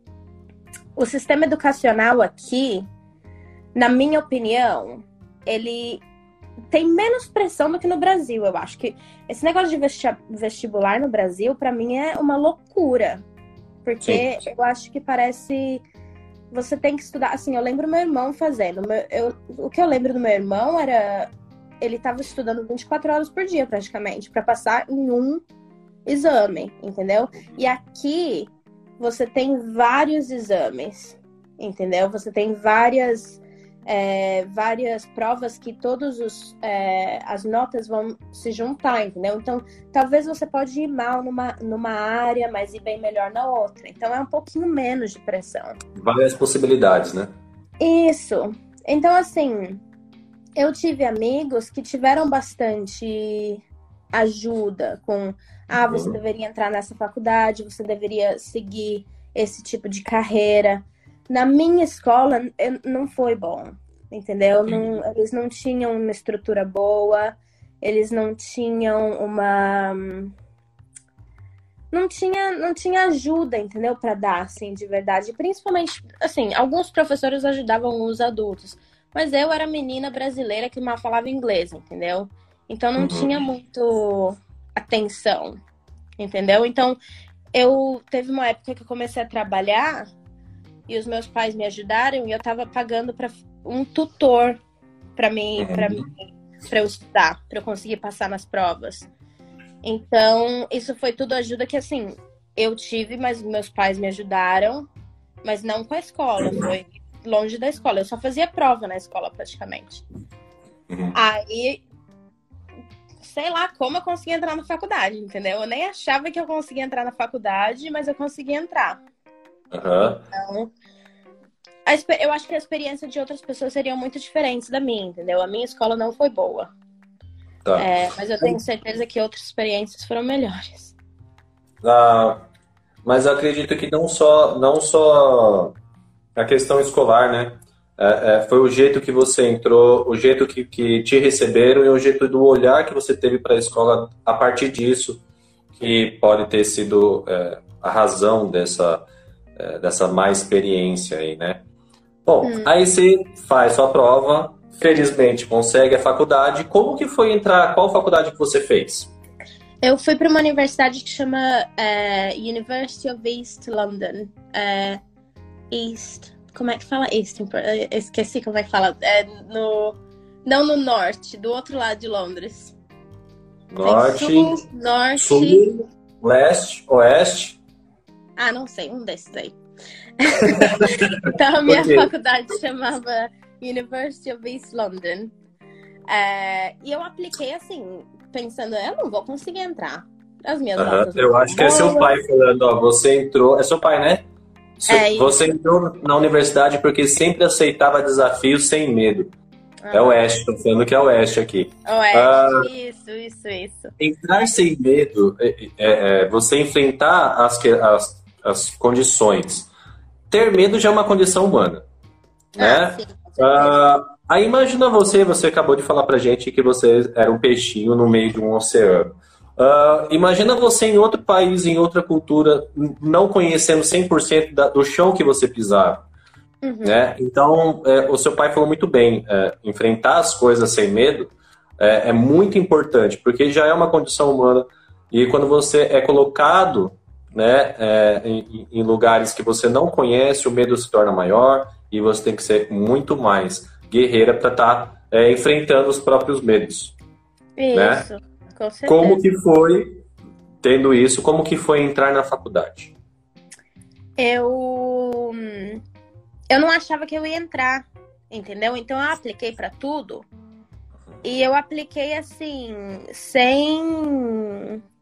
o sistema educacional aqui, na minha opinião, ele tem menos pressão do que no Brasil, eu acho. Que esse negócio de vestibular no Brasil, para mim, é uma loucura. Porque Sim. eu acho que parece... Você tem que estudar, assim, eu lembro meu irmão fazendo. Meu, eu, o que eu lembro do meu irmão era... Ele estava estudando vinte e quatro horas por dia, praticamente, para passar em um exame, entendeu? E aqui, você tem vários exames, entendeu? Você tem várias, é, várias provas que todas os, é, as notas vão se juntar, entendeu? Então, talvez você pode ir mal numa, numa área, mas ir bem melhor na outra. Então, é um pouquinho menos de pressão. Várias possibilidades, né? Isso. Então, assim, eu tive amigos que tiveram bastante ajuda com... Ah, você uhum. deveria entrar nessa faculdade, você deveria seguir esse tipo de carreira. Na minha escola, não foi bom, entendeu? Não, eles não tinham uma estrutura boa, eles não tinham uma... Não tinha, não tinha ajuda, entendeu? Para dar, assim, de verdade. Principalmente, assim, alguns professores ajudavam os adultos. Mas eu era menina brasileira que mal falava inglês, entendeu? Então não uhum. tinha muito atenção, entendeu? Então, eu... Teve uma época que eu comecei a trabalhar... E os meus pais me ajudaram e eu tava pagando para um tutor para mim, para mim, para eu estudar, para eu conseguir passar nas provas. Então, isso foi tudo ajuda que, assim, eu tive, mas meus pais me ajudaram, mas não com a escola, foi longe da escola. Eu só fazia prova na escola, praticamente. Uhum. Aí, sei lá como eu consegui entrar na faculdade, entendeu? Eu nem achava que eu conseguia entrar na faculdade, mas eu consegui entrar. Uhum. Então, eu acho que a experiência de outras pessoas seriam muito diferentes da minha, entendeu? A minha escola não foi boa. Tá. É, mas eu tenho certeza que outras experiências foram melhores. Ah, mas eu acredito que não só, não só a questão escolar, né? É, é, foi o jeito que você entrou, o jeito que, que te receberam e o jeito do olhar que você teve para a escola a partir disso, que pode ter sido é, a razão dessa... dessa má experiência aí, né? Bom, hum. aí você faz sua prova, felizmente consegue a faculdade. Como que foi entrar? Qual faculdade que você fez? Eu fui para uma universidade que chama é, University of East London. É, East. Como é que fala East? Eu esqueci como é que fala. É no, não no norte, do outro lado de Londres. Norte, sul, norte, sul, leste, oeste. Ah, não sei, um desses aí. Então a minha okay. faculdade chamava University of East London. É, e eu apliquei assim, pensando, eu não vou conseguir entrar. As minhas uhum. notas. Eu acho que é seu pai falando, ó, você entrou. É seu pai, né? É, você isso. entrou na universidade porque sempre aceitava desafios sem medo. Ah. É o Oeste, tô falando que é o Oeste aqui. Oeste, ah, isso, isso, isso. Entrar sem medo é, é, é você enfrentar as, as, as condições. Ter medo já é uma condição humana. Ah, né? sim, ah, aí imagina você, você acabou de falar pra gente que você era um peixinho no meio de um oceano. Uh, imagina você em outro país, em outra cultura, não conhecendo cem por cento da, do chão que você pisava. Uhum. Né? Então, é, o seu pai falou muito bem, é, enfrentar as coisas sem medo é, é muito importante, porque já é uma condição humana, e quando você é colocado, né, é, em, em lugares que você não conhece, o medo se torna maior, e você tem que ser muito mais guerreira para estar tá, é, enfrentando os próprios medos. Isso. Né? Com certeza. Como que foi, tendo isso, como que foi entrar na faculdade? Eu, eu não achava que eu ia entrar, entendeu? Então eu apliquei para tudo e eu apliquei assim, sem,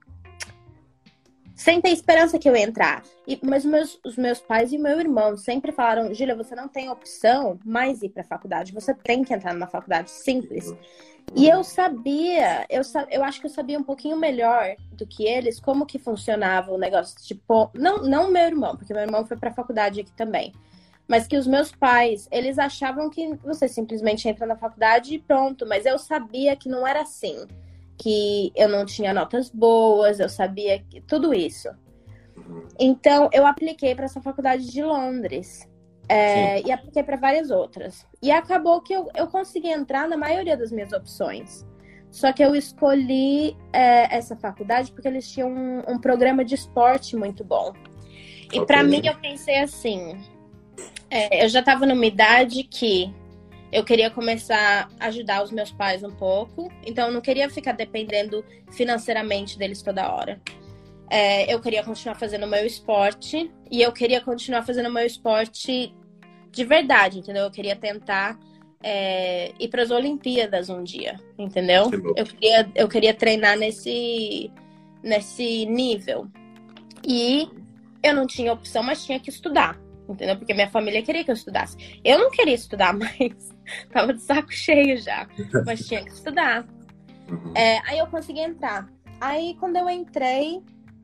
sem ter esperança que eu ia entrar. E, mas meus, os meus pais e meu irmão sempre falaram, Júlia, você não tem opção mais ir para a faculdade, você tem que entrar numa faculdade simples. E eu sabia, eu, eu acho que eu sabia um pouquinho melhor do que eles como que funcionava o negócio, tipo, não, não meu irmão, porque meu irmão foi pra faculdade aqui também, mas que os meus pais, eles achavam que você simplesmente entra na faculdade e pronto, mas eu sabia que não era assim, que eu não tinha notas boas, eu sabia que tudo isso. Então, eu apliquei para essa faculdade de Londres. É, e apliquei para várias outras. E acabou que eu, eu consegui entrar na maioria das minhas opções. Só que eu escolhi é, essa faculdade porque eles tinham um, um programa de esporte muito bom. E okay. para mim, eu pensei assim... É, eu já estava numa idade que eu queria começar a ajudar os meus pais um pouco. Então, eu não queria ficar dependendo financeiramente deles toda hora. É, eu queria continuar fazendo o meu esporte e eu queria continuar fazendo o meu esporte de verdade, entendeu? Eu queria tentar é, ir para as Olimpíadas um dia, entendeu? Eu queria, eu queria treinar nesse, nesse nível. E eu não tinha opção, mas tinha que estudar, entendeu? Porque minha família queria que eu estudasse. Eu não queria estudar, mas tava de saco cheio já, mas tinha que estudar. É, aí eu consegui entrar. Aí quando eu entrei,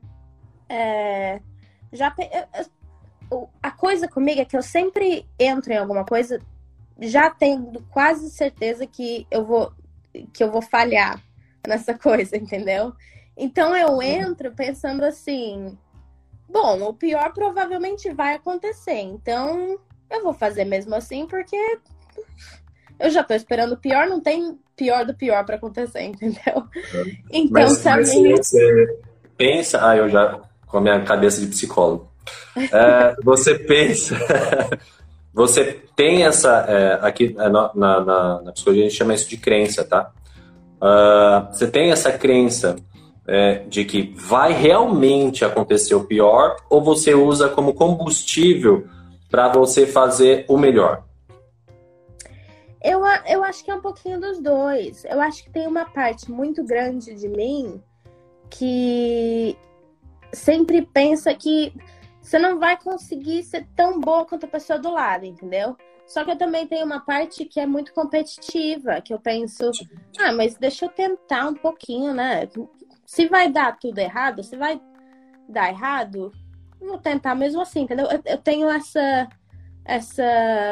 É, já eu, eu, a coisa comigo é que eu sempre entro em alguma coisa já tendo quase certeza que eu vou que eu vou falhar nessa coisa, entendeu? Então eu entro pensando assim, bom, o pior provavelmente vai acontecer, então eu vou fazer mesmo assim porque eu já tô esperando o pior, não tem pior do pior para acontecer, entendeu? Então mas, pra mas mim você pensa, ah, eu já com a minha cabeça de psicólogo. É, você pensa, você tem essa, é, aqui na, na, na psicologia a gente chama isso de crença, tá? Uh, você tem essa crença é, de que vai realmente acontecer o pior ou você usa como combustível para você fazer o melhor? Eu, eu acho que é um pouquinho dos dois. Eu acho que tem uma parte muito grande de mim que sempre pensa que você não vai conseguir ser tão boa quanto a pessoa do lado, entendeu? Só que eu também tenho uma parte que é muito competitiva, que eu penso, ah, mas deixa eu tentar um pouquinho, né? Se vai dar tudo errado, se vai dar errado, eu vou tentar mesmo assim, entendeu? Eu, eu tenho essa, essa,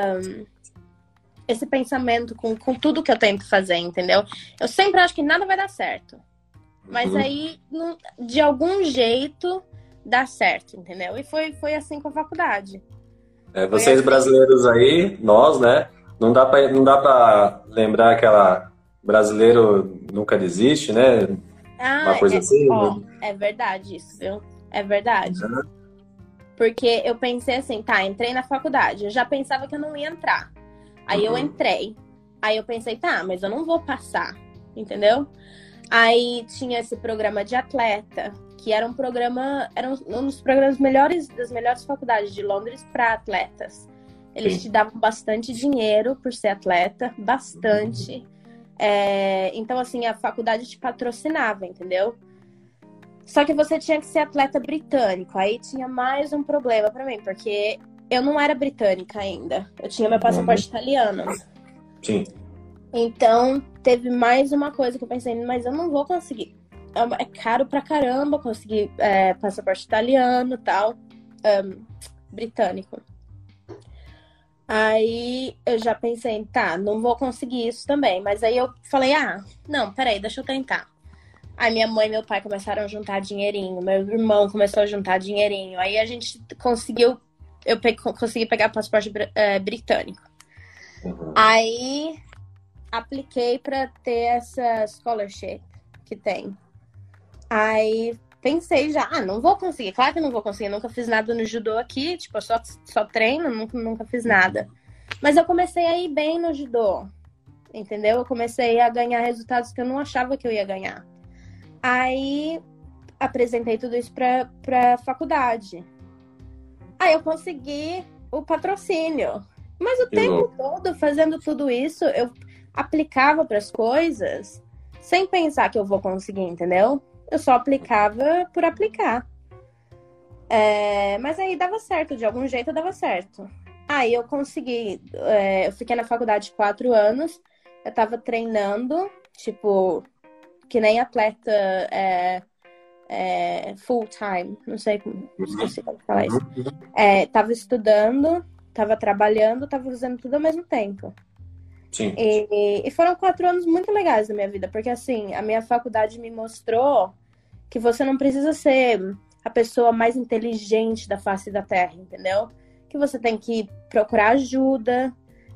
esse pensamento com, com tudo que eu tento fazer, entendeu? Eu sempre acho que nada vai dar certo. Mas uhum. aí, de algum jeito, dá certo, entendeu? E foi, foi assim com a faculdade. É, vocês assim. Brasileiros aí, nós, né? Não dá pra, não dá pra lembrar aquela brasileiro nunca desiste, né? Ah, Uma coisa é, assim? ó, Né? é verdade isso, viu? É verdade. Uhum. Porque eu pensei assim, tá, entrei na faculdade. Eu já pensava que eu não ia entrar. Aí eu Uhum. entrei. Aí eu pensei, tá, mas eu não vou passar, entendeu? Aí tinha esse programa de atleta, que era um programa, era um, um dos programas melhores, das melhores faculdades de Londres para atletas. Eles Sim. te davam bastante dinheiro por ser atleta, bastante. É, então, assim, a faculdade te patrocinava, entendeu? Só que você tinha que ser atleta britânico. Aí tinha mais um problema pra mim, porque eu não era britânica ainda. Eu tinha meu Uhum. passaporte italiano. Sim. Então, teve mais uma coisa que eu pensei, mas eu não vou conseguir. É caro pra caramba conseguir é, passaporte italiano e tal, um, britânico. Aí eu já pensei, tá, não vou conseguir isso também. Mas aí eu falei, ah, não, peraí, deixa eu tentar. Aí minha mãe e meu pai começaram a juntar dinheirinho, meu irmão começou a juntar dinheirinho. Aí a gente conseguiu, eu pe consegui pegar passaporte é, britânico. Uhum. Aí apliquei para ter essa scholarship que tem. Aí pensei já, ah, não vou conseguir, claro que não vou conseguir, nunca fiz nada no judô aqui, tipo, eu só, só treino, nunca, nunca fiz nada. Mas eu comecei a ir bem no judô, entendeu? Eu comecei a ganhar resultados que eu não achava que eu ia ganhar. Aí apresentei tudo isso para para faculdade. Aí eu consegui o patrocínio. Mas o Que tempo louco. todo fazendo tudo isso, eu aplicava para as coisas sem pensar que eu vou conseguir, entendeu? Eu só aplicava por aplicar. É, mas aí dava certo, de algum jeito dava certo. Aí eu consegui, é, eu fiquei na faculdade quatro anos, eu tava treinando, tipo, que nem atleta é, é, full time, não sei como, esqueci como falar isso. Uhum. É, tava estudando, tava trabalhando, tava fazendo tudo ao mesmo tempo. Sim. E, e foram quatro anos muito legais da minha vida, porque assim, a minha faculdade me mostrou que você não precisa ser a pessoa mais inteligente da face da Terra, entendeu? Que você tem que procurar ajuda,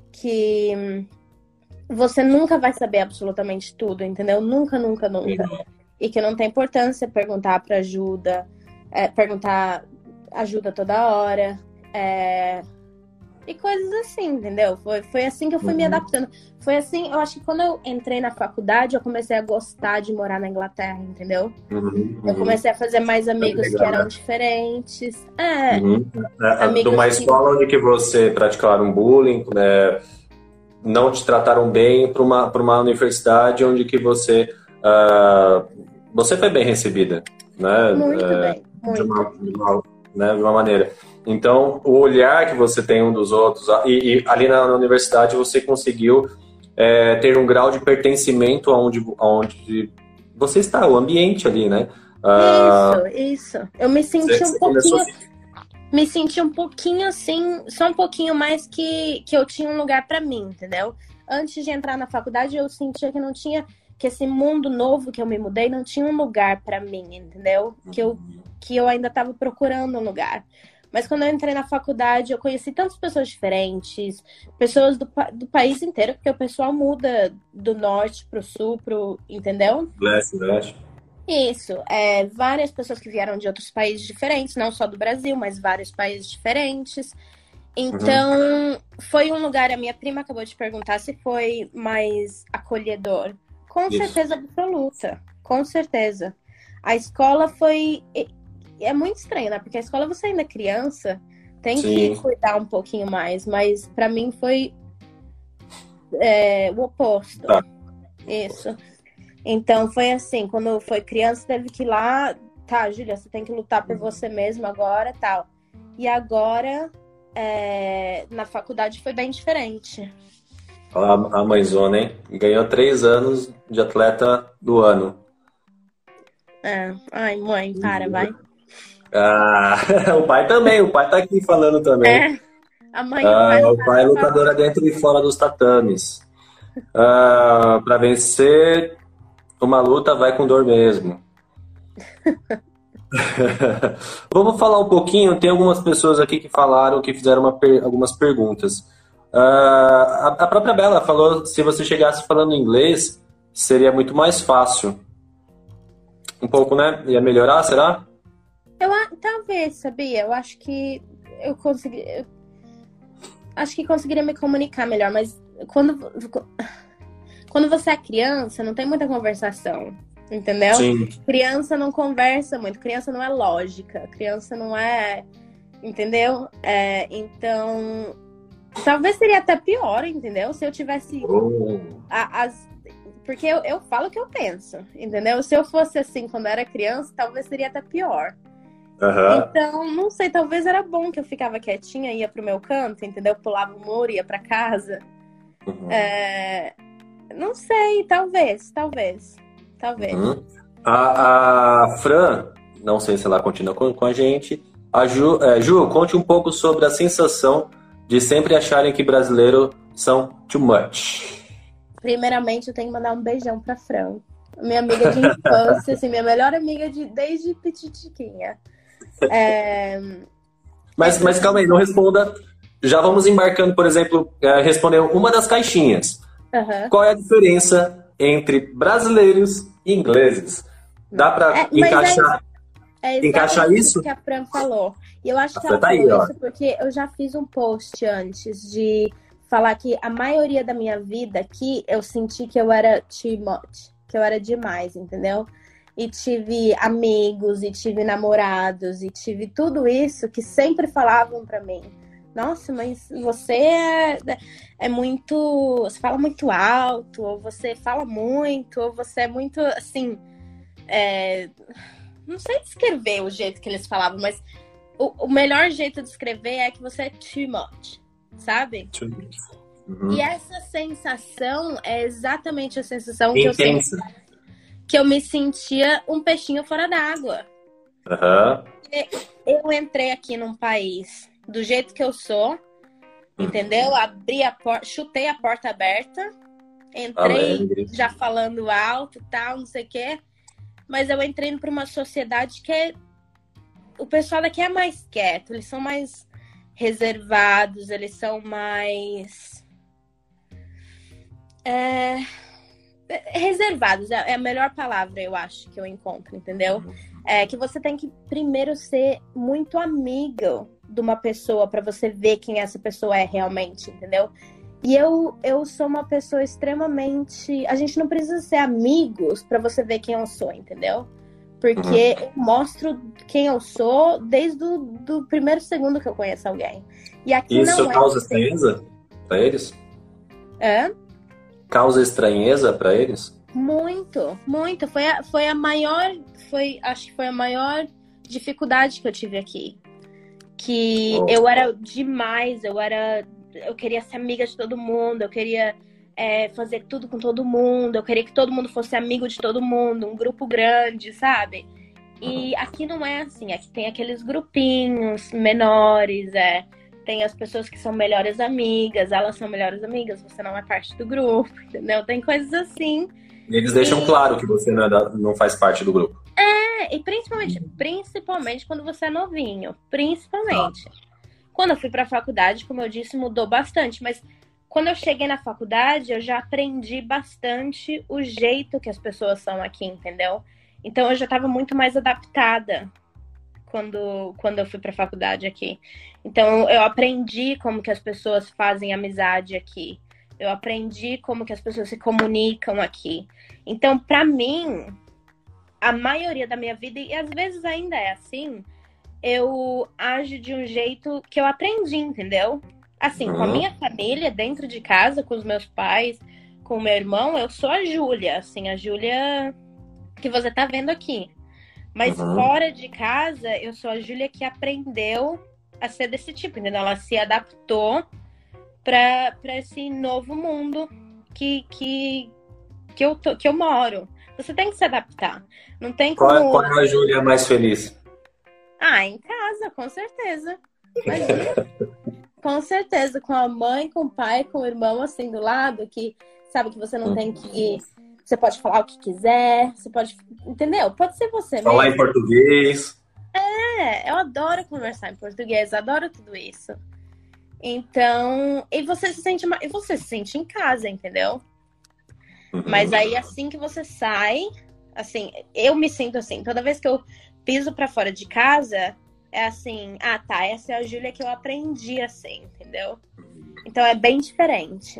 que você nunca vai saber absolutamente tudo, entendeu? Nunca, nunca, nunca. Uhum. E que não tem importância perguntar para ajuda, é, perguntar ajuda toda hora, é, e coisas assim, entendeu? Foi, foi assim que eu fui me Uhum. adaptando. Foi assim, eu acho que quando eu entrei na faculdade, eu comecei a gostar de morar na Inglaterra, entendeu? Uhum. Eu Uhum. comecei a fazer mais É amigos que legal, eram né? diferentes. É, Uhum. É, de uma amigos que. escola onde que você praticaram bullying, né, não te trataram bem, para uma, para uma universidade onde que você, ah, você foi bem recebida, né, Muito bem, de muito. uma, de uma, né, de uma maneira. Então, o olhar que você tem um dos outros, e, e ali na, na universidade você conseguiu é, ter um grau de pertencimento aonde, aonde você está, o ambiente ali, né? Ah, Isso, isso. Eu me você, senti um você começou a pouquinho. se... Me senti um pouquinho assim, só um pouquinho mais que, que eu tinha um lugar pra mim, entendeu? Antes de entrar na faculdade, eu sentia que não tinha, que esse mundo novo que eu me mudei não tinha um lugar pra mim, entendeu? Que eu, que eu ainda tava procurando um lugar. Mas quando eu entrei na faculdade, eu conheci tantas pessoas diferentes, pessoas do, pa- do país inteiro, porque o pessoal muda do norte pro sul, pro, entendeu? Leste, leste. Isso, é, várias pessoas que vieram de outros países diferentes, não só do Brasil, mas vários países diferentes. Uhum. Então, foi um lugar, a minha prima acabou de perguntar se foi mais acolhedor. Com Isso. certeza absoluta, com certeza. A escola foi. É muito estranho, né? Porque a escola você ainda é criança, tem que Sim. cuidar um pouquinho mais, mas pra mim foi é, o oposto. Tá. Isso. Então foi assim, quando foi criança, teve que ir lá, tá, Júlia, você tem que lutar por você mesma agora, tal. E agora, é, na faculdade foi bem diferente. A, a mãezona, hein? Ganhou três anos de atleta do ano. É. Ai, mãe, para, vai. Ah, o pai também, o pai tá aqui falando também. É, a mãe e o pai Ah, não o pai param é de falar. lutadora dentro e fora dos tatames. Ah, para vencer uma luta, vai com dor mesmo. Vamos falar um pouquinho. Tem algumas pessoas aqui que falaram, que fizeram uma per- algumas perguntas. Ah, a, a própria Bela falou: se você chegasse falando inglês, seria muito mais fácil. Um pouco, né? Ia melhorar, será? Eu, a- talvez, sabia? Eu acho que eu consegui. Eu acho que conseguiria me comunicar melhor, mas quando, quando você é criança, não tem muita conversação, entendeu? Sim. Criança não conversa muito, criança não é lógica, criança não é. Entendeu? É, então, talvez seria até pior, entendeu? Se eu tivesse Oh. a- as. Porque eu, eu falo o que eu penso, entendeu? Se eu fosse assim quando eu era criança, talvez seria até pior. Aham. Então, não sei, talvez era bom que eu ficava quietinha, ia pro meu canto, entendeu? Pulava o muro, ia pra casa. Uhum. É, não sei, talvez, talvez, talvez. Uhum. A, a Fran, não sei se ela continua com, com a gente. A Ju, é, Ju, conte um pouco sobre a sensação de sempre acharem que brasileiros são too much. Primeiramente, eu tenho que mandar um beijão pra Fran. Minha amiga de infância, assim, minha melhor amiga de, desde petitiquinha. É, Mas, mas calma aí, não responda. Já vamos embarcando, por exemplo, é, responder uma das caixinhas. aham. Qual é a diferença entre brasileiros e ingleses? Dá pra É, mas é encaixar, É encaixar exatamente isso? isso que a Fran falou. E eu acho A que Fran ela tá aí, falou ó. isso porque eu já fiz um post antes de falar que a maioria da minha vida aqui eu senti que eu era too much, que eu era demais, entendeu? E tive amigos, e tive namorados, e tive tudo isso que sempre falavam pra mim. Nossa, mas você é, é muito. Você fala muito alto, ou você fala muito, ou você é muito assim. é, Não sei descrever o jeito que eles falavam, mas o, o melhor jeito de escrever é que você é too much, sabe? Uhum. E essa sensação é exatamente a sensação que eu, Intensa. senti, que eu me sentia um peixinho fora d'água. Aham. Eu entrei aqui num país do jeito que eu sou, entendeu? Abri a porta, chutei a porta aberta, entrei Alegre. já falando alto e tal, não sei o quê. Mas eu entrei para uma sociedade que é... O pessoal daqui é mais quieto, eles são mais reservados, eles são mais... É... Reservados, é a melhor palavra, eu acho, que eu encontro, entendeu? É que você tem que primeiro ser muito amigo de uma pessoa para você ver quem essa pessoa é realmente, entendeu? E eu, eu sou uma pessoa extremamente... A gente não precisa ser amigos para você ver quem eu sou, entendeu? Porque Uhum. eu mostro quem eu sou desde o do primeiro segundo que eu conheço alguém. E aqui Isso não é causa assim. estranheza para eles? É? Causa estranheza para eles? Muito, muito. Foi a, foi a maior... Foi, acho que foi a maior dificuldade que eu tive aqui. Que Oh. eu era demais, eu era... Eu queria ser amiga de todo mundo, eu queria é, fazer tudo com todo mundo, eu queria que todo mundo fosse amigo de todo mundo, um grupo grande, sabe? E aqui não é assim, aqui tem aqueles grupinhos menores, é, tem as pessoas que são melhores amigas, elas são melhores amigas, você não é parte do grupo, entendeu? Tem coisas assim. Eles deixam E- claro que você não, é da- não faz parte do grupo. É, e principalmente, principalmente quando você é novinho, principalmente. Quando eu fui pra faculdade, como eu disse, mudou bastante, mas quando eu cheguei na faculdade, eu já aprendi bastante o jeito que as pessoas são aqui, entendeu? Então eu já estava muito mais adaptada quando, quando eu fui pra faculdade aqui. Então eu aprendi como que as pessoas fazem amizade aqui. Eu aprendi como que as pessoas se comunicam aqui. Então, pra mim, a maioria da minha vida, e às vezes ainda é assim, eu ajo de um jeito que eu aprendi, entendeu? Assim, com a Uhum. minha família, dentro de casa, com os meus pais, com o meu irmão, eu sou a Júlia, assim, a Júlia que você tá vendo aqui. Mas Uhum. fora de casa, eu sou a Júlia que aprendeu a ser desse tipo, entendeu? Ela se adaptou pra, pra esse novo mundo que, que, que, eu tô, que eu moro. Você tem que se adaptar. Não tem Qual, é- como... qual é a Júlia mais feliz? Ah, em casa, com certeza. Imagina. Com certeza, com a mãe, com o pai, com o irmão assim do lado, que sabe que você não tem que... Você pode falar o que quiser, você pode... Entendeu? Pode ser você Falar em mesmo. português. É, eu adoro conversar em português, adoro tudo isso. Então, e você se sente, ma- e você se sente em casa, entendeu? Uhum. Mas aí assim que você sai, Assim, eu me sinto assim. Toda vez que eu piso pra fora de casa, é assim, ah, tá, essa é a Júlia que eu aprendi assim, entendeu? Então é bem diferente.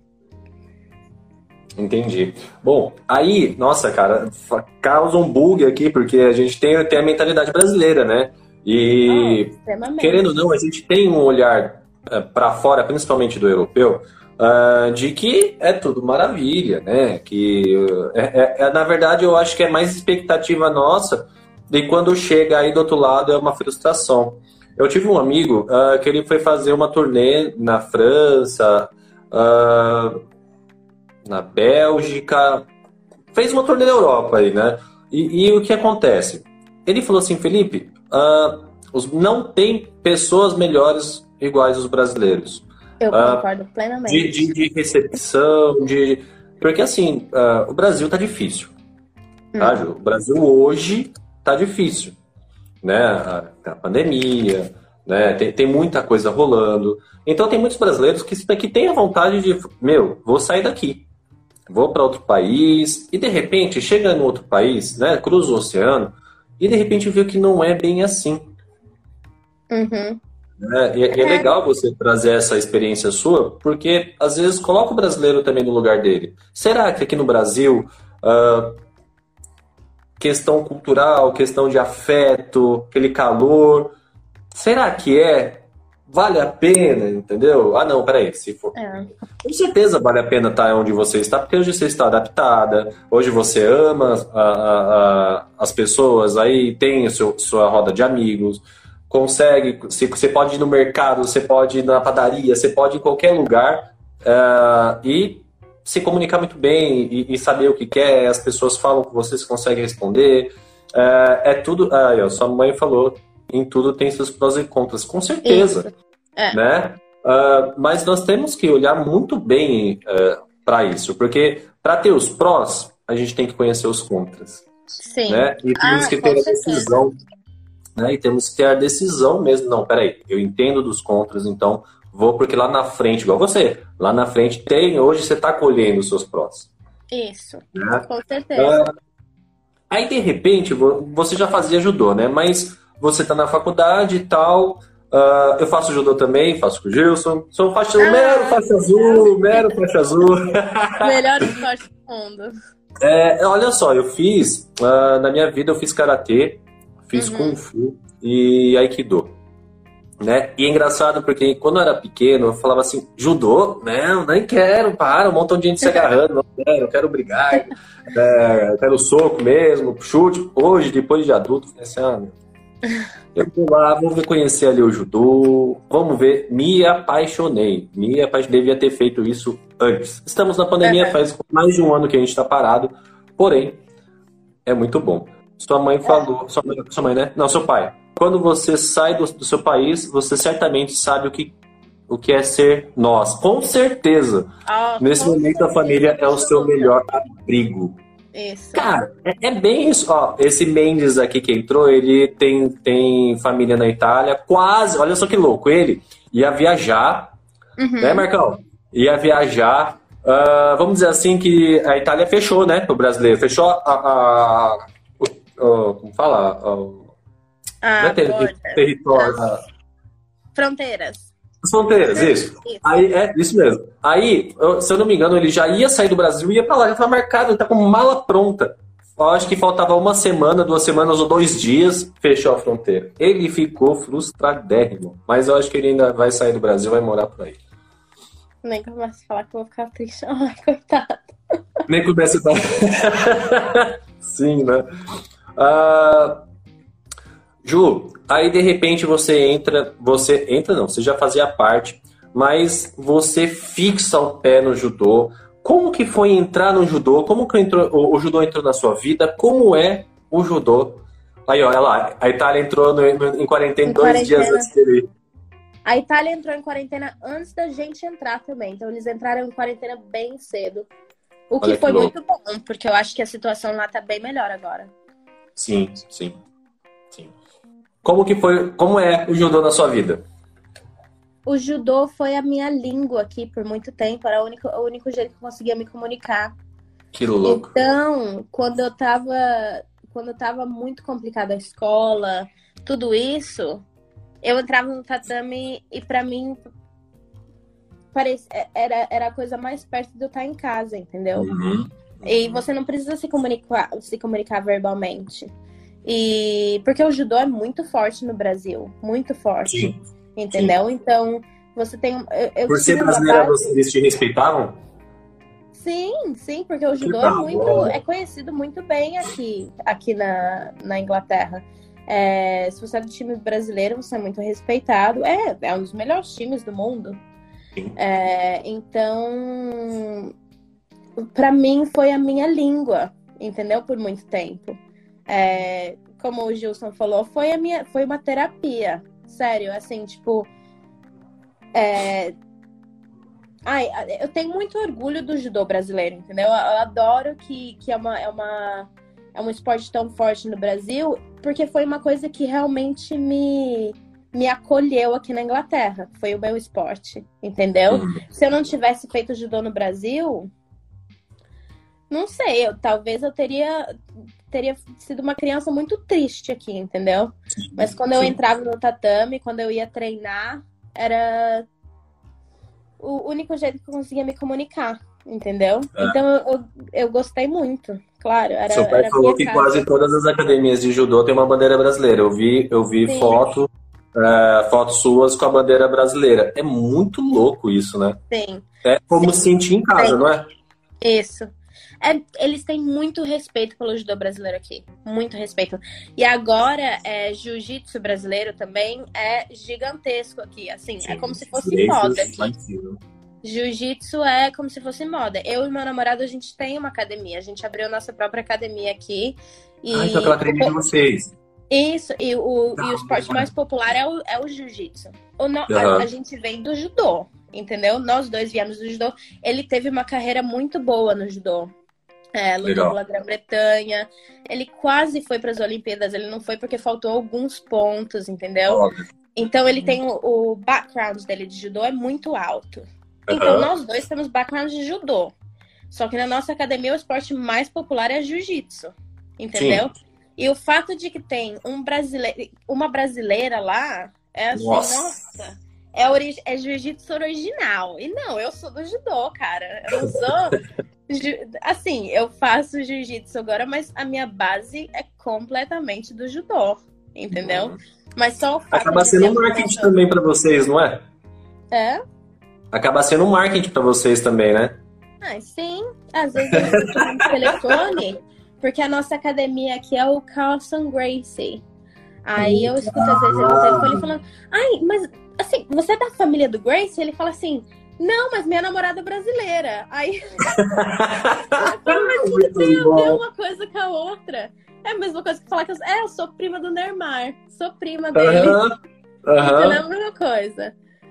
Entendi. Bom, aí, nossa, cara, causa um bug aqui, porque a gente tem, tem a mentalidade brasileira, né? E, oh, querendo ou não, a gente tem um olhar uh, para fora, principalmente do europeu, uh, de que é tudo maravilha, né? Que, uh, é, é, na verdade, eu acho que é mais expectativa nossa, e quando chega aí do outro lado é uma frustração. Eu tive um amigo uh, que ele foi fazer uma turnê na França, uh, na Bélgica, fez uma turnê na Europa aí, né? E, e o que acontece? Ele falou assim, Felipe, uh, os, não tem pessoas melhores iguais aos brasileiros. Eu uh, concordo plenamente. De, de, de recepção, de... Porque assim, uh, o Brasil tá difícil. Hum. Tá, Ju? O Brasil hoje tá difícil. Né? A, a pandemia, né? Tem, tem muita coisa rolando. Então tem muitos brasileiros que, que têm a vontade de, meu, vou sair daqui. Vou para outro país, e de repente chega no outro país, né, cruza o oceano, e de repente vê que não é bem assim. Uhum. É, e é, é legal você trazer essa experiência sua, porque às vezes coloca o brasileiro também no lugar dele. Será que aqui no Brasil, uh, questão cultural, questão de afeto, aquele calor, será que é? Vale a pena, entendeu? Ah, não, peraí, se for... É. Com certeza vale a pena estar onde você está, porque hoje você está adaptada, hoje você ama a, a, a, as pessoas, aí tem a seu, sua roda de amigos, consegue, você, você pode ir no mercado, você pode ir na padaria, você pode ir em qualquer lugar uh, e se comunicar muito bem e, e saber o que quer, as pessoas falam com você, você consegue responder, uh, é tudo... Aí, ó, sua mãe falou... Em tudo tem seus prós e contras, com certeza, é. Né? Uh, mas nós temos que olhar muito bem uh, para isso, porque para ter os prós, a gente tem que conhecer os contras. Sim. Né? E temos ah, que ter a decisão, né? E temos que ter a decisão mesmo. Não, peraí, eu entendo dos contras, então vou porque lá na frente, igual você, lá na frente tem, hoje você está colhendo os seus prós. Isso, né? Com certeza. Uh, aí, de repente, você já fazia judô, né? Mas você está na faculdade e tal. Uh, eu faço judô também, faço com o Gilson. Sou faixa, ah, mero faixa azul, mero faixa azul. Melhor esporte do mundo. É, olha só, eu fiz, uh, na minha vida eu fiz karatê, fiz uhum. kung fu e aikido. Né? E é engraçado porque quando eu era pequeno eu falava assim, judô? Não, nem quero, para, um montão de gente se agarrando, não quero, eu quero brigar, é, eu quero soco mesmo, chute. Hoje, depois de adulto, eu falei assim, ah, meu, eu vou lá, vou conhecer ali o judô, vamos ver, me apaixonei, me apaixonei, devia ter feito isso antes. Estamos na pandemia, faz mais de um ano que a gente está parado, porém, é muito bom. Sua mãe falou, sua mãe, sua mãe, né? Não, seu pai. Quando você sai do, do seu país, você certamente sabe o que, o que é ser nós. Com certeza. Oh, Nesse com momento, certeza. A família é o seu melhor abrigo. Isso. Cara, é, é bem isso. Ó, esse Mendes aqui que entrou, ele tem, tem família na Itália, quase, olha só que louco, ele ia viajar, uhum. né, Marcão? Ia viajar, uh, vamos dizer assim que a Itália fechou, né, pro brasileiro, fechou a... a, a, a como fala? A, ah, ter, território. As fronteiras. As fronteiras, isso. isso. Aí, é, isso mesmo. Aí, eu, se eu não me engano, ele já ia sair do Brasil e ia pra lá, já tá marcado, ele tá com mala pronta. Eu acho que faltava uma semana, duas semanas ou dois dias, fechou a fronteira. Ele ficou frustradérrimo. Mas eu acho que ele ainda vai sair do Brasil, vai morar por aí. Nem começa a falar que eu vou ficar triste. Ai, coitado. Nem começa a falar. Sim, né? Ah... Ju, aí de repente você entra, você entra não, você já fazia parte, mas você fixa o pé no judô. Como que foi entrar no judô? Como que entrou, o, o judô entrou na sua vida? Como é o judô? Aí, ó, olha lá, a Itália entrou no, no, em quarentena em dois quarentena. dias antes dele. A Itália entrou em quarentena antes da gente entrar também, então eles entraram em quarentena bem cedo. O que olha foi que muito bom, porque eu acho que a situação lá tá bem melhor agora. Sim, sim. Como que foi, como é o judô na sua vida? O judô foi a minha língua aqui por muito tempo. Era o único, o único jeito que eu conseguia me comunicar. Que louco. Então, quando eu tava, quando eu tava muito complicada a escola, tudo isso, eu entrava no tatame e pra mim parecia, era, era a coisa mais perto de eu estar em casa, entendeu? Uhum. E você não precisa se comunicar, se comunicar verbalmente. E porque o judô é muito forte no Brasil, muito forte, Sim. entendeu? Sim. Então, você tem... Eu, eu Por ser tive uma brasileira, base... eles te respeitavam? Sim, sim, porque o Que judô da é muito, hora. é conhecido muito bem aqui, aqui na, na Inglaterra. É, se você é do time brasileiro, você é muito respeitado. É, é um dos melhores times do mundo. Sim. É, então, pra mim foi a minha língua, entendeu? Por muito tempo. É, como o Gilson falou, foi a minha, foi uma terapia. Sério, assim, tipo. É, ai, eu tenho muito orgulho do judô brasileiro, entendeu? Eu adoro que, que é, uma, é, uma, é um esporte tão forte no Brasil, porque foi uma coisa que realmente me, me acolheu aqui na Inglaterra. Foi o meu esporte, entendeu? Uhum. Se eu não tivesse feito judô no Brasil, não sei, eu, talvez eu teria, teria sido uma criança muito triste aqui, entendeu? Sim, Mas quando eu sim. entrava no tatame, quando eu ia treinar, era o único jeito que eu conseguia me comunicar, entendeu? É. Então eu, eu, eu gostei muito, claro, era, Seu pai era falou minha que casa. quase todas as academias de judô têm uma bandeira brasileira. Eu vi, eu vi Sim, foto, é, fotos suas com a bandeira brasileira. É muito louco isso, né? sim, É como se sim, sentir em casa, tem. não é? Isso. É, eles têm muito respeito pelo judô brasileiro aqui. Muito respeito. E agora, é, jiu-jitsu brasileiro também é gigantesco aqui. Assim, é Sim, como se os fosse moda direitos lá aqui. em cima. Jiu-jitsu é como se fosse moda. Eu e meu namorado, a gente tem uma academia. A gente abriu nossa própria academia aqui. Ah, então aquela E academia de vocês. isso, e o, Da e o esporte mais hora. popular é o, é o jiu-jitsu. O no- A, a Aham. gente vem do judô, entendeu? Nós dois viemos do judô. Ele teve uma carreira muito boa no judô. É, lutou Legal. pela Grã-Bretanha. Ele quase foi para as Olimpíadas. Ele não foi porque faltou alguns pontos, entendeu? Óbvio. Então ele tem o, o background dele de judô é muito alto. Então Aham. nós dois temos background de judô. Só que na nossa academia o esporte mais popular é jiu-jitsu, entendeu? Sim. E o fato de que tem um brasileiro, uma brasileira lá, é assim, Nossa. nossa, é, ori- é jiu-jitsu original. E não, eu sou do judô, cara. Eu não sou. ju- Assim, eu faço jiu-jitsu agora, mas a minha base é completamente do judô, entendeu? Uhum. Mas só o fato Acaba de sendo ter um um marketing ponto. também pra vocês, não é? É? Acaba sendo um marketing pra vocês também, né? Ah, sim. Às vezes eu escuto no telefone, porque a nossa academia aqui é o Carlson Gracie. Aí eu escuto às vezes ele no telefone falando, ai, mas assim, você é da família do Gracie? Ele fala assim, não, mas minha namorada é brasileira. Aí eu falo, mas o que tem a Muito ver bom. uma coisa com a outra? É a mesma coisa que falar que eu, é, eu sou prima do Neymar, sou prima dele. Aham. Então é a Aham. mesma coisa.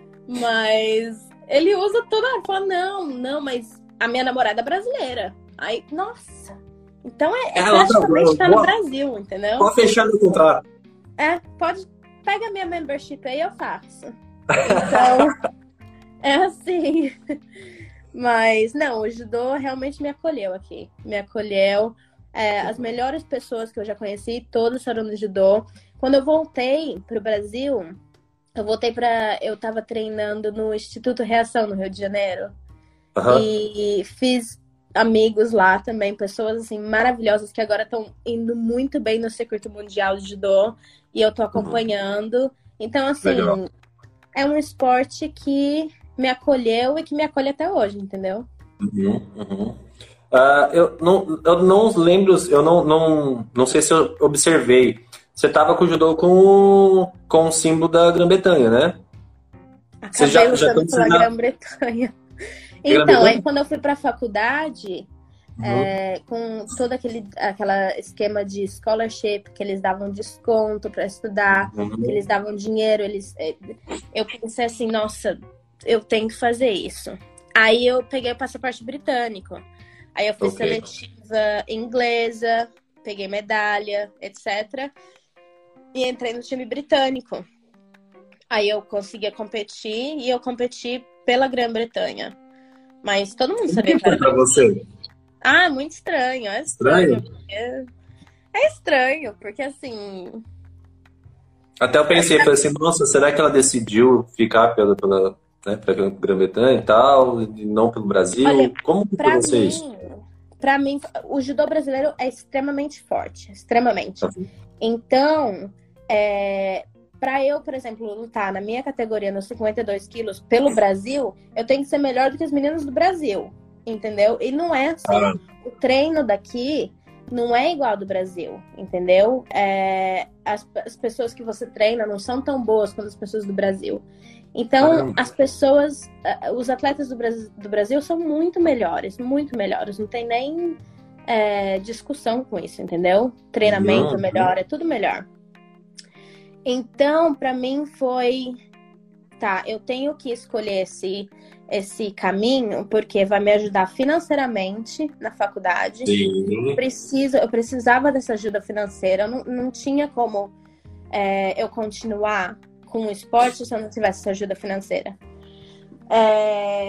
Mas ele usa toda hora, fala, não, não, mas a minha namorada é brasileira. Aí, nossa. Então é, é Ela tá praticamente tá no boa. Brasil, entendeu? Pode fechar no contrato. É, pode. Pega minha membership aí, eu faço. Então, é assim. Mas, não, o judô realmente me acolheu aqui. Me acolheu. É, as melhores pessoas que eu já conheci, todas foram no judô. Quando eu voltei pro Brasil, eu voltei pra. Eu tava treinando no Instituto Reação, no Rio de Janeiro. Aham. E fiz amigos lá também, pessoas assim maravilhosas que agora estão indo muito bem no circuito mundial de judô e eu tô acompanhando. Então, assim, Legal. é um esporte que me acolheu e que me acolhe até hoje, entendeu? Uhum, uhum. Ah, eu não, eu não lembro, eu não, não, não sei se eu observei. Você tava com o judô com, com o símbolo da Grã-Bretanha, né? Você Acabei já, já lutando conheceu pela na Grã-Bretanha. Então, aí Grã-Bretanha? quando eu fui pra faculdade, Uhum. é, com todo aquele aquela esquema de scholarship, que eles davam desconto para estudar, que Uhum. eles davam dinheiro, eles, é, eu pensei assim, nossa, eu tenho que fazer isso. Aí eu peguei o passaporte britânico. Aí eu fiz Ok. seletiva inglesa, peguei medalha, etcétera. E entrei no time britânico. Aí eu conseguia competir e eu competi pela Grã-Bretanha. Mas todo mundo Como sabia que que eu foi era pra você? Ah, muito estranho. É estranho. Estranho? porque- É estranho, porque assim. Até eu pensei, falei assim, nossa, será que ela decidiu ficar pela, pela, né, pela Grã-Bretanha e tal, e não pelo Olha, Brasil? Como que foi pra vocês? mim, para mim, o judô brasileiro é extremamente forte, extremamente. Então, é, para eu, por exemplo, lutar na minha categoria nos cinquenta e dois quilos pelo Brasil, eu tenho que ser melhor do que as meninas do Brasil, entendeu? E não é assim. Ah, O treino daqui não é igual ao do Brasil, entendeu? É, as, as pessoas que você treina não são tão boas quanto as pessoas do Brasil. Então, caramba. as pessoas, eh, os atletas do Brasil, do Brasil são muito melhores, muito melhores. Não tem nem é, discussão com isso, entendeu? Treinamento é Uhum. melhor, é tudo melhor. Então, pra mim foi, tá, eu tenho que escolher esse, esse caminho porque vai me ajudar financeiramente na faculdade. Sim. Preciso, eu precisava dessa ajuda financeira, eu não, não tinha como é, eu continuar com o esporte se eu não tivesse essa ajuda financeira. É,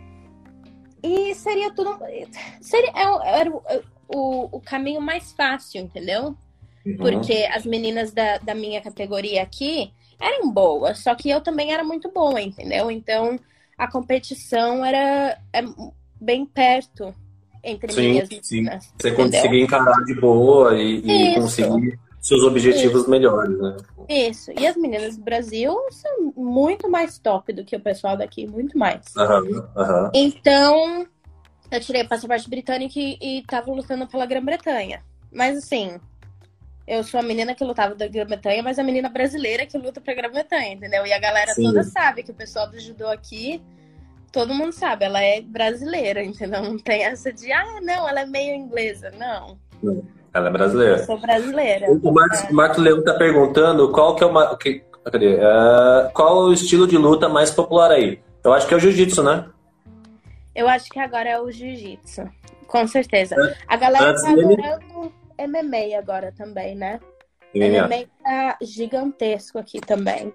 E seria tudo. Seria, era o, o, o caminho mais fácil, entendeu? Uhum. Porque as meninas da, da minha categoria aqui eram boas, só que eu também era muito boa, entendeu? Então a competição era é, bem perto entre mim e Sim, as sim. meninas, Você entendeu? conseguir encarar de boa e, e Isso, conseguir seus objetivos isso, melhores, né? isso. E as meninas do Brasil são muito mais top do que o pessoal daqui, muito mais. Aham, aham. Então, eu tirei o passaporte britânico e, e tava lutando pela Grã-Bretanha. Mas assim, eu sou a menina que lutava da Grã-Bretanha, mas a menina brasileira que luta pra Grã-Bretanha, entendeu? E a galera Sim. toda sabe que o pessoal do judô aqui, todo mundo sabe, ela é brasileira, entendeu? Não tem essa de, ah, não, ela é meio inglesa. Não, Ela é eu brasileira. sou brasileira. O Marcos, É. o Marcos Leão tá perguntando qual que é o ma- que- cadê? É, qual o estilo de luta mais popular aí? Eu acho que é o jiu-jitsu, né? Eu acho que agora é o jiu-jitsu, com certeza. A galera Antes tá dele- adorando M M A agora também, né? M M A. M M A tá gigantesco aqui também.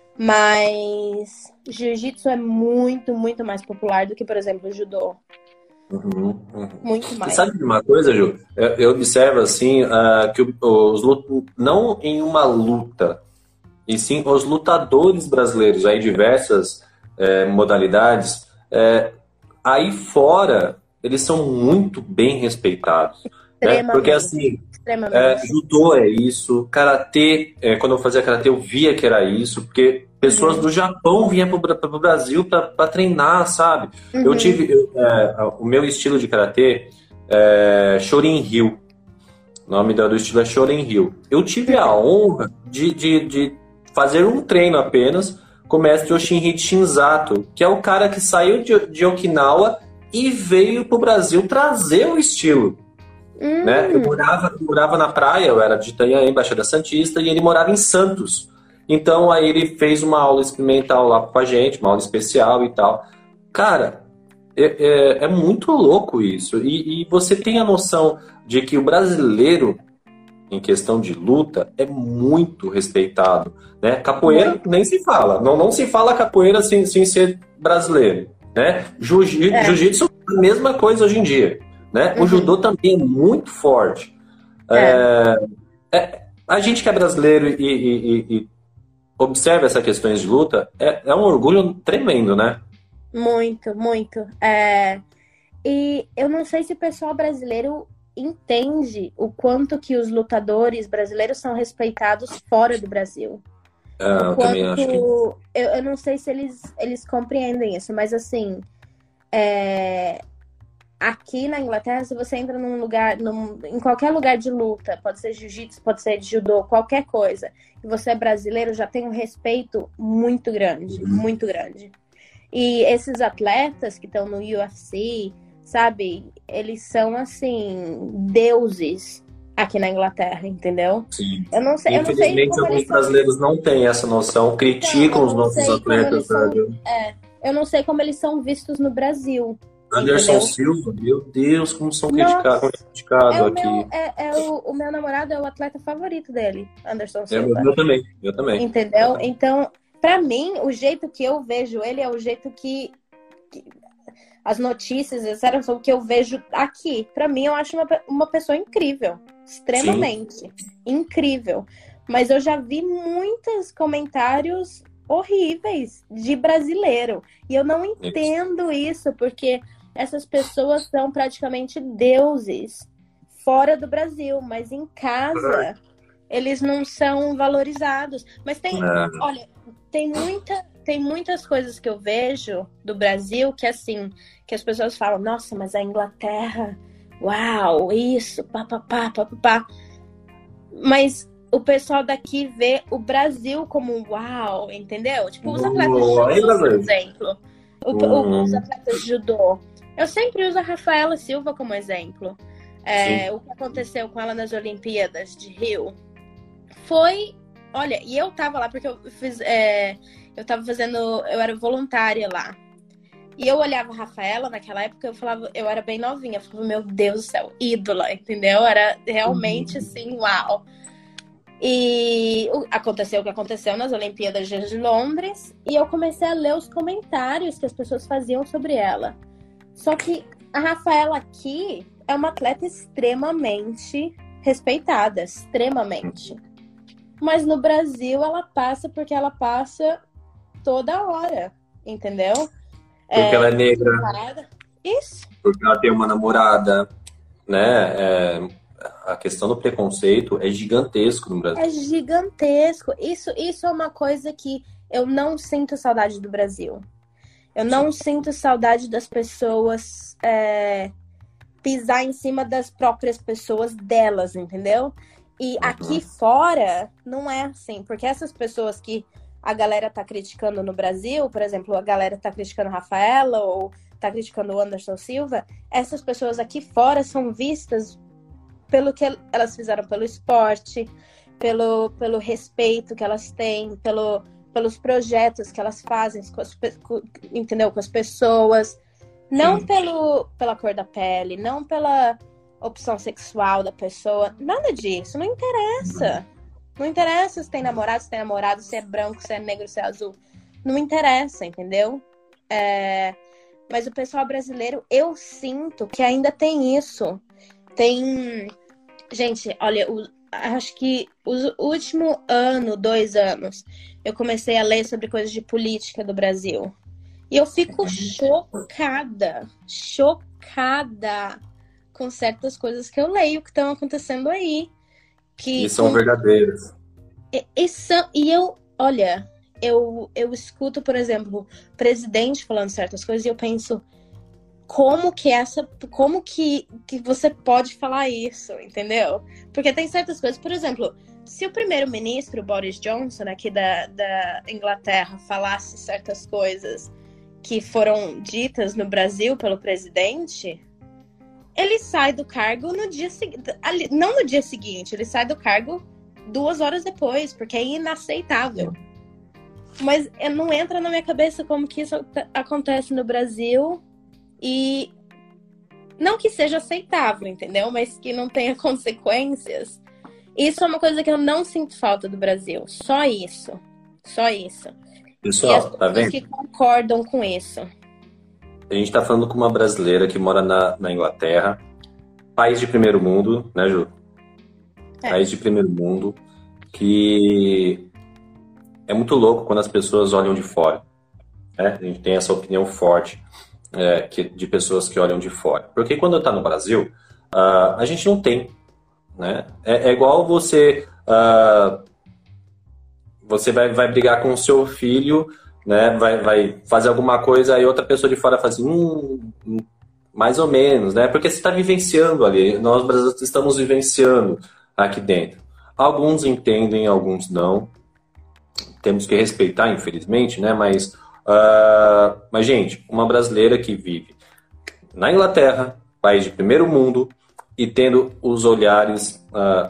Mas jiu-jitsu é muito, muito mais popular do que, por exemplo, o judô. Uhum, uhum. Muito Você mais. sabe de uma coisa, Ju? Eu, eu observo assim ah, que o- os lut- não em uma luta, e sim os lutadores brasileiros aí diversas eh, modalidades, eh, aí fora eles são muito bem respeitados, né? Porque Extremamente. assim, É, Extremamente. judô é isso, karatê, é, quando eu fazia karatê eu via que era isso, porque pessoas Uhum. do Japão vinham para o Brasil para treinar, sabe? Eu Uhum. tive, eu, é, o meu estilo de karatê é Shorin Ryu, o nome do, do estilo é Shorin Ryu. Eu tive a honra de, de, de fazer um treino apenas com o mestre Yoshinhide Shinzato, que é o cara que saiu de, de Okinawa e veio para o Brasil trazer o estilo. Hum. Né? Eu morava, eu morava na praia, eu era de Itanhaém, Baixada Santista, e ele morava em Santos. Então aí ele fez uma aula experimental lá com a gente, uma aula especial e tal. Cara, é, é, é muito louco isso. E, e você tem a noção de que o brasileiro, em questão de luta, é muito respeitado. Né? Capoeira Muito. nem se fala. Não, não se fala capoeira sem, sem ser brasileiro. Né? Jiu- É. Jiu-jitsu é a mesma coisa hoje em dia. Né? O Uhum. judô também é muito forte. É. É, é, a gente que é brasileiro e, e- e- e observa essas questões de luta, é, é um orgulho tremendo, né? Muito, muito. É, E eu não sei se o pessoal brasileiro entende o quanto que os lutadores brasileiros são respeitados fora do Brasil. Ah, eu O também quanto... acho que. eu, eu não sei se eles, eles compreendem isso, mas assim, é, aqui na Inglaterra, se você entra num lugar, num... em qualquer lugar de luta, pode ser jiu-jitsu, pode ser judô, qualquer coisa, e você é brasileiro, já tem um respeito muito grande, Uhum. muito grande. E esses atletas que estão no U F C, sabe, eles são assim, deuses aqui na Inglaterra, entendeu? Sim. Eu não sei, eu não sei Infelizmente, como alguns eles são, brasileiros não têm essa noção, criticam eu os não nossos sei como atletas. eles são, Né? é, eu não sei como eles são vistos no Brasil, Anderson entendeu? Silva, meu Deus, como são Nossa, criticados, como é criticado É o aqui. meu, é, é o, o meu namorado é o atleta favorito dele, Anderson Eu, Silva. eu também, eu também. Entendeu? Então, pra mim, o jeito que eu vejo ele é o jeito que, que- as notícias, etcétera, são o que eu vejo aqui. Pra mim, eu acho uma, uma pessoa incrível. Extremamente. Sim. Incrível. Mas eu já vi muitos comentários horríveis de brasileiro. E eu não entendo isso, porque essas pessoas são praticamente deuses fora do Brasil, mas em casa eles não são valorizados. Mas tem, não. olha, tem, muita, tem muitas coisas que eu vejo do Brasil que assim, que as pessoas falam, nossa, mas a Inglaterra, uau, isso, papapá, papapá. Mas o pessoal daqui vê o Brasil como um uau, entendeu? Tipo, os atletas de judô, por exemplo. O, o, os atletas de judô. Eu sempre uso a Rafaela Silva como exemplo. É, o que aconteceu com ela nas Olimpíadas de Rio foi... Olha, e eu tava lá porque eu fiz... É, eu tava fazendo... Eu era voluntária lá. E eu olhava a Rafaela naquela época, eu falava... Eu era bem novinha. Eu falava, meu Deus do céu, ídola, entendeu? Era realmente, assim, uau. E aconteceu o que aconteceu nas Olimpíadas de Londres. E eu comecei a ler os comentários que as pessoas faziam sobre ela. Só que a Rafaela aqui é uma atleta extremamente respeitada, extremamente. Mas no Brasil ela passa porque ela passa toda hora, entendeu? Porque é, ela é negra. Isso. Porque ela tem uma namorada, né? É, a questão do preconceito é gigantesco no Brasil. É gigantesco. Isso, isso é uma coisa que eu não sinto saudade do Brasil. Eu não sinto saudade das pessoas é, pisar em cima das próprias pessoas delas, entendeu? E uhum. aqui fora não é assim, porque essas pessoas que a galera tá criticando no Brasil, por exemplo, a galera tá criticando a Rafaela ou tá criticando o Anderson Silva, essas pessoas aqui fora são vistas pelo que elas fizeram pelo esporte, pelo, pelo respeito que elas têm, pelo... pelos projetos que elas fazem, com as, com, entendeu? Com as pessoas. Não pelo, pela cor da pele, não pela opção sexual da pessoa. Nada disso, não interessa. Não interessa se tem namorado, se tem namorado, se é branco, se é negro, se é azul. Não interessa, entendeu? É... Mas o pessoal brasileiro, eu sinto que ainda tem isso. Tem... Gente, olha, o... acho que o último ano, dois anos, eu comecei a ler sobre coisas de política do Brasil. E eu fico chocada, chocada com certas coisas que eu leio que estão acontecendo aí. Que, e são com... verdadeiras. E, e, são... e eu, olha, eu, eu escuto, por exemplo, o presidente falando certas coisas e eu penso... Como que essa, como que, que você pode falar isso, entendeu? Porque tem certas coisas, por exemplo, se o primeiro-ministro Boris Johnson aqui da, da Inglaterra falasse certas coisas que foram ditas no Brasil pelo presidente, ele sai do cargo no dia seguinte, não no dia seguinte, ele sai do cargo duas horas depois, porque é inaceitável. Mas não entra na minha cabeça como que isso acontece no Brasil. E não que seja aceitável, entendeu? Mas que não tenha consequências. Isso é uma coisa que eu não sinto falta do Brasil. Só isso. Só isso. Pessoal, tá vendo? Que concordam com isso. A gente tá falando com uma brasileira que mora na, na Inglaterra. País de primeiro mundo, né, Ju? É. País de primeiro mundo. Que é muito louco quando as pessoas olham de fora. Né? A gente tem essa opinião forte. É, que, de pessoas que olham de fora. Porque quando está no Brasil, uh, a gente não tem. Né? É, é igual você... Uh, você vai, vai brigar com o seu filho, né? vai, vai fazer alguma coisa e outra pessoa de fora faz assim, hum, mais ou menos, né? Porque você está vivenciando ali. Nós brasileiros estamos vivenciando aqui dentro. Alguns entendem, alguns não. Temos que respeitar, infelizmente, né? Mas... Uh, mas, gente, uma brasileira que vive na Inglaterra, país de primeiro mundo, e tendo os olhares... Uh...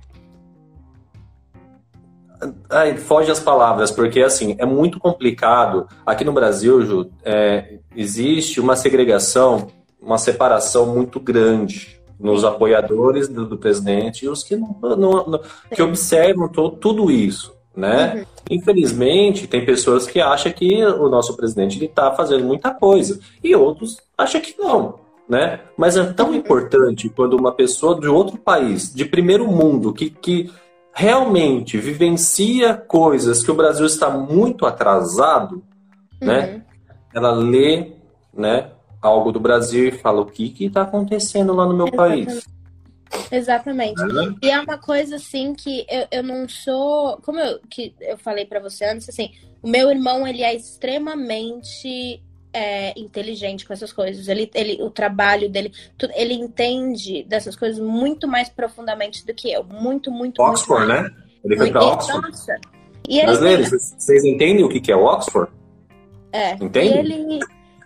Ai, foge as palavras, porque, assim, é muito complicado. Aqui no Brasil, Ju, é, existe uma segregação, uma separação muito grande nos apoiadores do, do presidente e os que, não, não, não, que observam to, tudo isso. né? Uhum. Infelizmente, tem pessoas que acham que o nosso presidente está fazendo muita coisa e outros acham que não, né? Mas é tão importante quando uma pessoa de outro país, de primeiro mundo, que, que realmente vivencia coisas que o Brasil está muito atrasado, uhum. né? Ela lê, né, algo do Brasil e fala o que que está acontecendo lá no meu Exatamente. país. Exatamente. Uhum. E é uma coisa assim que eu, eu não sou, como eu, que eu falei pra você antes, assim, o meu irmão, ele é extremamente é, inteligente com essas coisas. Ele, ele, o trabalho dele, tudo, ele entende dessas coisas muito mais profundamente do que eu. Muito, muito, Oxford, muito né? Ele foi pra Oxford. Nossa. E ele Brasileiros, tem... vocês entendem o que é o Oxford? É. Entende? E ele...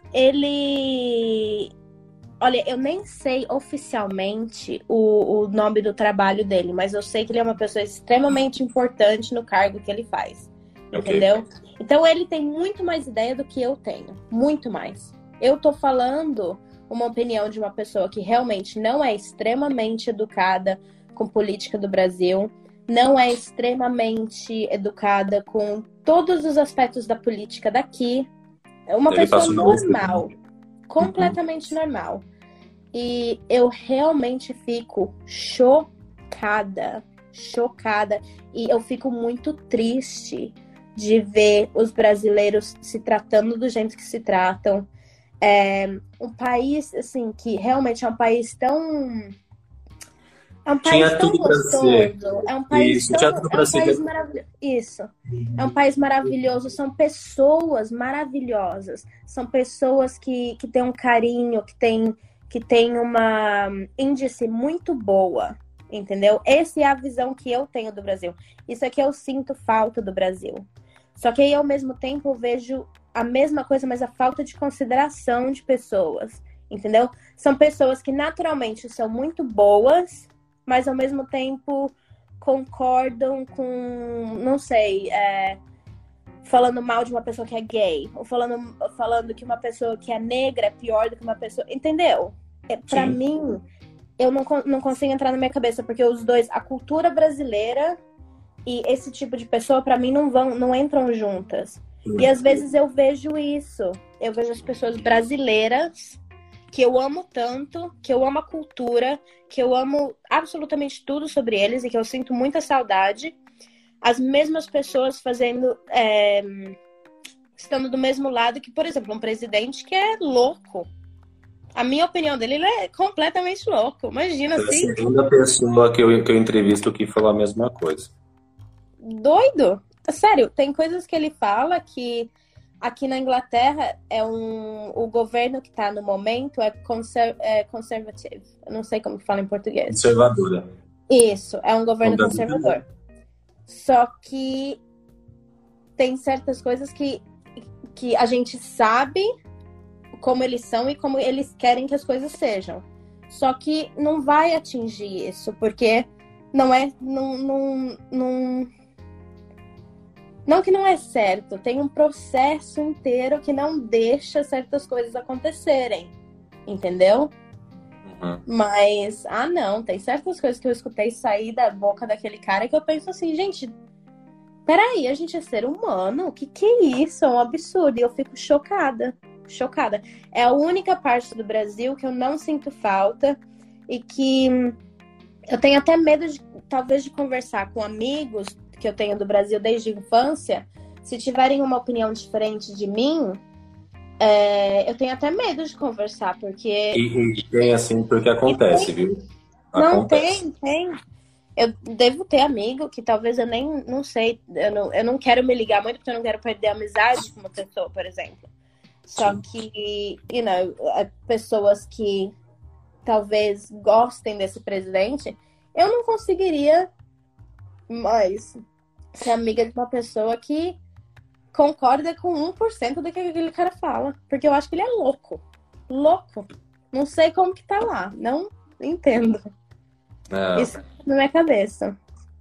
Ele... Olha, eu nem sei oficialmente o, o nome do trabalho dele, mas eu sei que ele é uma pessoa extremamente importante no cargo que ele faz. Okay. Entendeu? Então ele tem muito mais ideia do que eu tenho. Muito mais. Eu tô falando uma opinião de uma pessoa que realmente não é extremamente educada com política do Brasil, não é extremamente educada com todos os aspectos da política daqui. É uma ele pessoa normal. Completamente uhum. normal. E eu realmente fico chocada, chocada. E eu fico muito triste de ver os brasileiros se tratando do jeito que se tratam. É um país, assim, que realmente é um país tão... É um país tinha tão tudo gostoso. É um país Isso, tão... tinha tudo é um ser. país maravilhoso. Isso. É um país maravilhoso. São pessoas maravilhosas. São pessoas que, que têm um carinho, que têm que tem uma índice muito boa. Entendeu? Essa é a visão que eu tenho do Brasil. Isso é que eu sinto falta do Brasil. Só que aí, ao mesmo tempo, eu vejo a mesma coisa, mas a falta de consideração de pessoas. Entendeu? São pessoas que naturalmente são muito boas, mas ao mesmo tempo concordam com, não sei, é, falando mal de uma pessoa que é gay, ou falando, falando que uma pessoa que é negra é pior do que uma pessoa, entendeu? É, pra Sim. mim, eu não, não consigo entrar na minha cabeça, porque os dois, a cultura brasileira e esse tipo de pessoa, pra mim, não vão, não entram juntas. Sim. E às vezes eu vejo isso, eu vejo as pessoas brasileiras que eu amo tanto, que eu amo a cultura, que eu amo absolutamente tudo sobre eles e que eu sinto muita saudade. As mesmas pessoas fazendo... É, estando do mesmo lado que, por exemplo, um presidente que é louco. A minha opinião dele, ele é completamente louco. Imagina, é assim... a segunda pessoa que eu, que eu entrevisto que falou a mesma coisa. Doido? Sério, tem coisas que ele fala que... Aqui na Inglaterra, é um, o governo que está no momento é, conser, é conservative. Eu não sei como fala em português. Conservadora. Isso, é um governo conservador. Só que tem certas coisas que, que a gente sabe como eles são e como eles querem que as coisas sejam. Só que não vai atingir isso, porque não é... Não, não, não, Não que não é certo, tem um processo inteiro que não deixa certas coisas acontecerem, entendeu? Uhum. Mas, ah não, tem certas coisas que eu escutei sair da boca daquele cara que eu penso assim, gente, peraí, a gente é ser humano? O que que é isso? É um absurdo. E eu fico chocada, chocada. É a única parte do Brasil que eu não sinto falta e que eu tenho até medo, de, talvez, de conversar com amigos que eu tenho do Brasil desde a infância, se tiverem uma opinião diferente de mim, é, eu tenho até medo de conversar, porque... E, e tem assim, porque acontece, tem, viu? Não, acontece. tem, tem. Eu devo ter amigo que talvez eu nem, não sei, eu não, eu não quero me ligar muito, porque eu não quero perder a amizade com uma pessoa, por exemplo. Só Sim. que, you know, pessoas que talvez gostem desse presidente, eu não conseguiria... Mas ser amiga de uma pessoa que concorda com um por cento do que aquele cara fala. Porque eu acho que ele é louco. Louco. Não sei como que tá lá. Não entendo. É. Isso na minha cabeça.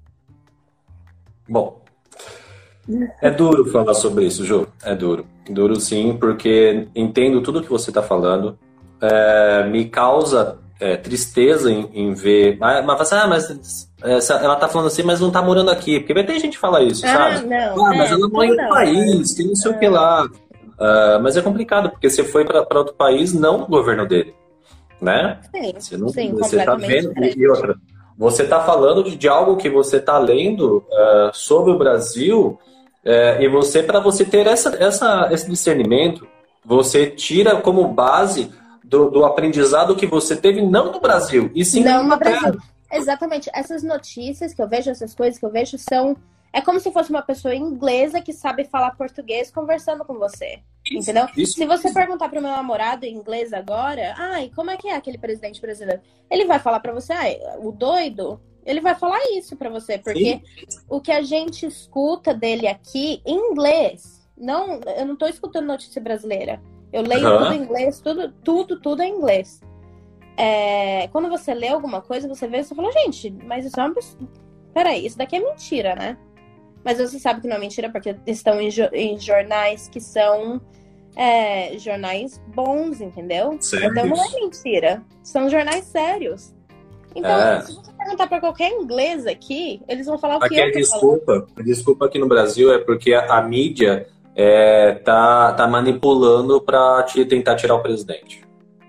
Bom. É duro falar sobre isso, Ju. É duro. Duro sim, porque entendo tudo que você tá falando. É, me causa é, tristeza em, em ver. Mas, mas, ah, mas essa, ela tá falando assim, mas não tá morando aqui. Porque vai ter gente que fala isso, Ah, sabe? não. Ah, mas é, ela mora em outro não, país, que não sei o que lá. Ah, mas é complicado, porque você foi para outro país, não no governo dele, né? Sim, Você, não, sim, você tá completamente vendo. diferente. E outra, você tá falando de, de algo que você tá lendo ah, sobre o Brasil, eh, e você, para você ter essa, essa, esse discernimento, você tira como base do, do aprendizado que você teve, não no Brasil, e sim na Não no Inglaterra. Brasil. Exatamente. Essas notícias que eu vejo, essas coisas que eu vejo são... É como se fosse uma pessoa inglesa que sabe falar português conversando com você. Isso, Entendeu? isso, Se você isso. perguntar pro meu namorado em inglês agora, ai, como é que é aquele presidente brasileiro? Ele vai falar pra você, ai, o doido, ele vai falar isso pra você, porque Sim. o que a gente escuta dele aqui em inglês, não, eu não tô escutando notícia brasileira. Eu leio Aham. tudo em inglês, tudo, tudo, tudo em inglês. É, quando você lê alguma coisa, você vê e você fala, gente, mas isso é uma... Peraí, isso daqui é mentira, né? Mas você sabe que não é mentira porque estão em, jo- em jornais que são é, jornais bons, entendeu? Sérios? Então não é mentira. São jornais sérios. Então, É. se você perguntar pra qualquer inglês aqui, eles vão falar o que Aqui eu a tô falando. desculpa, a desculpa aqui no Brasil é porque a, a mídia é, tá, tá manipulando para te, tentar tirar o presidente.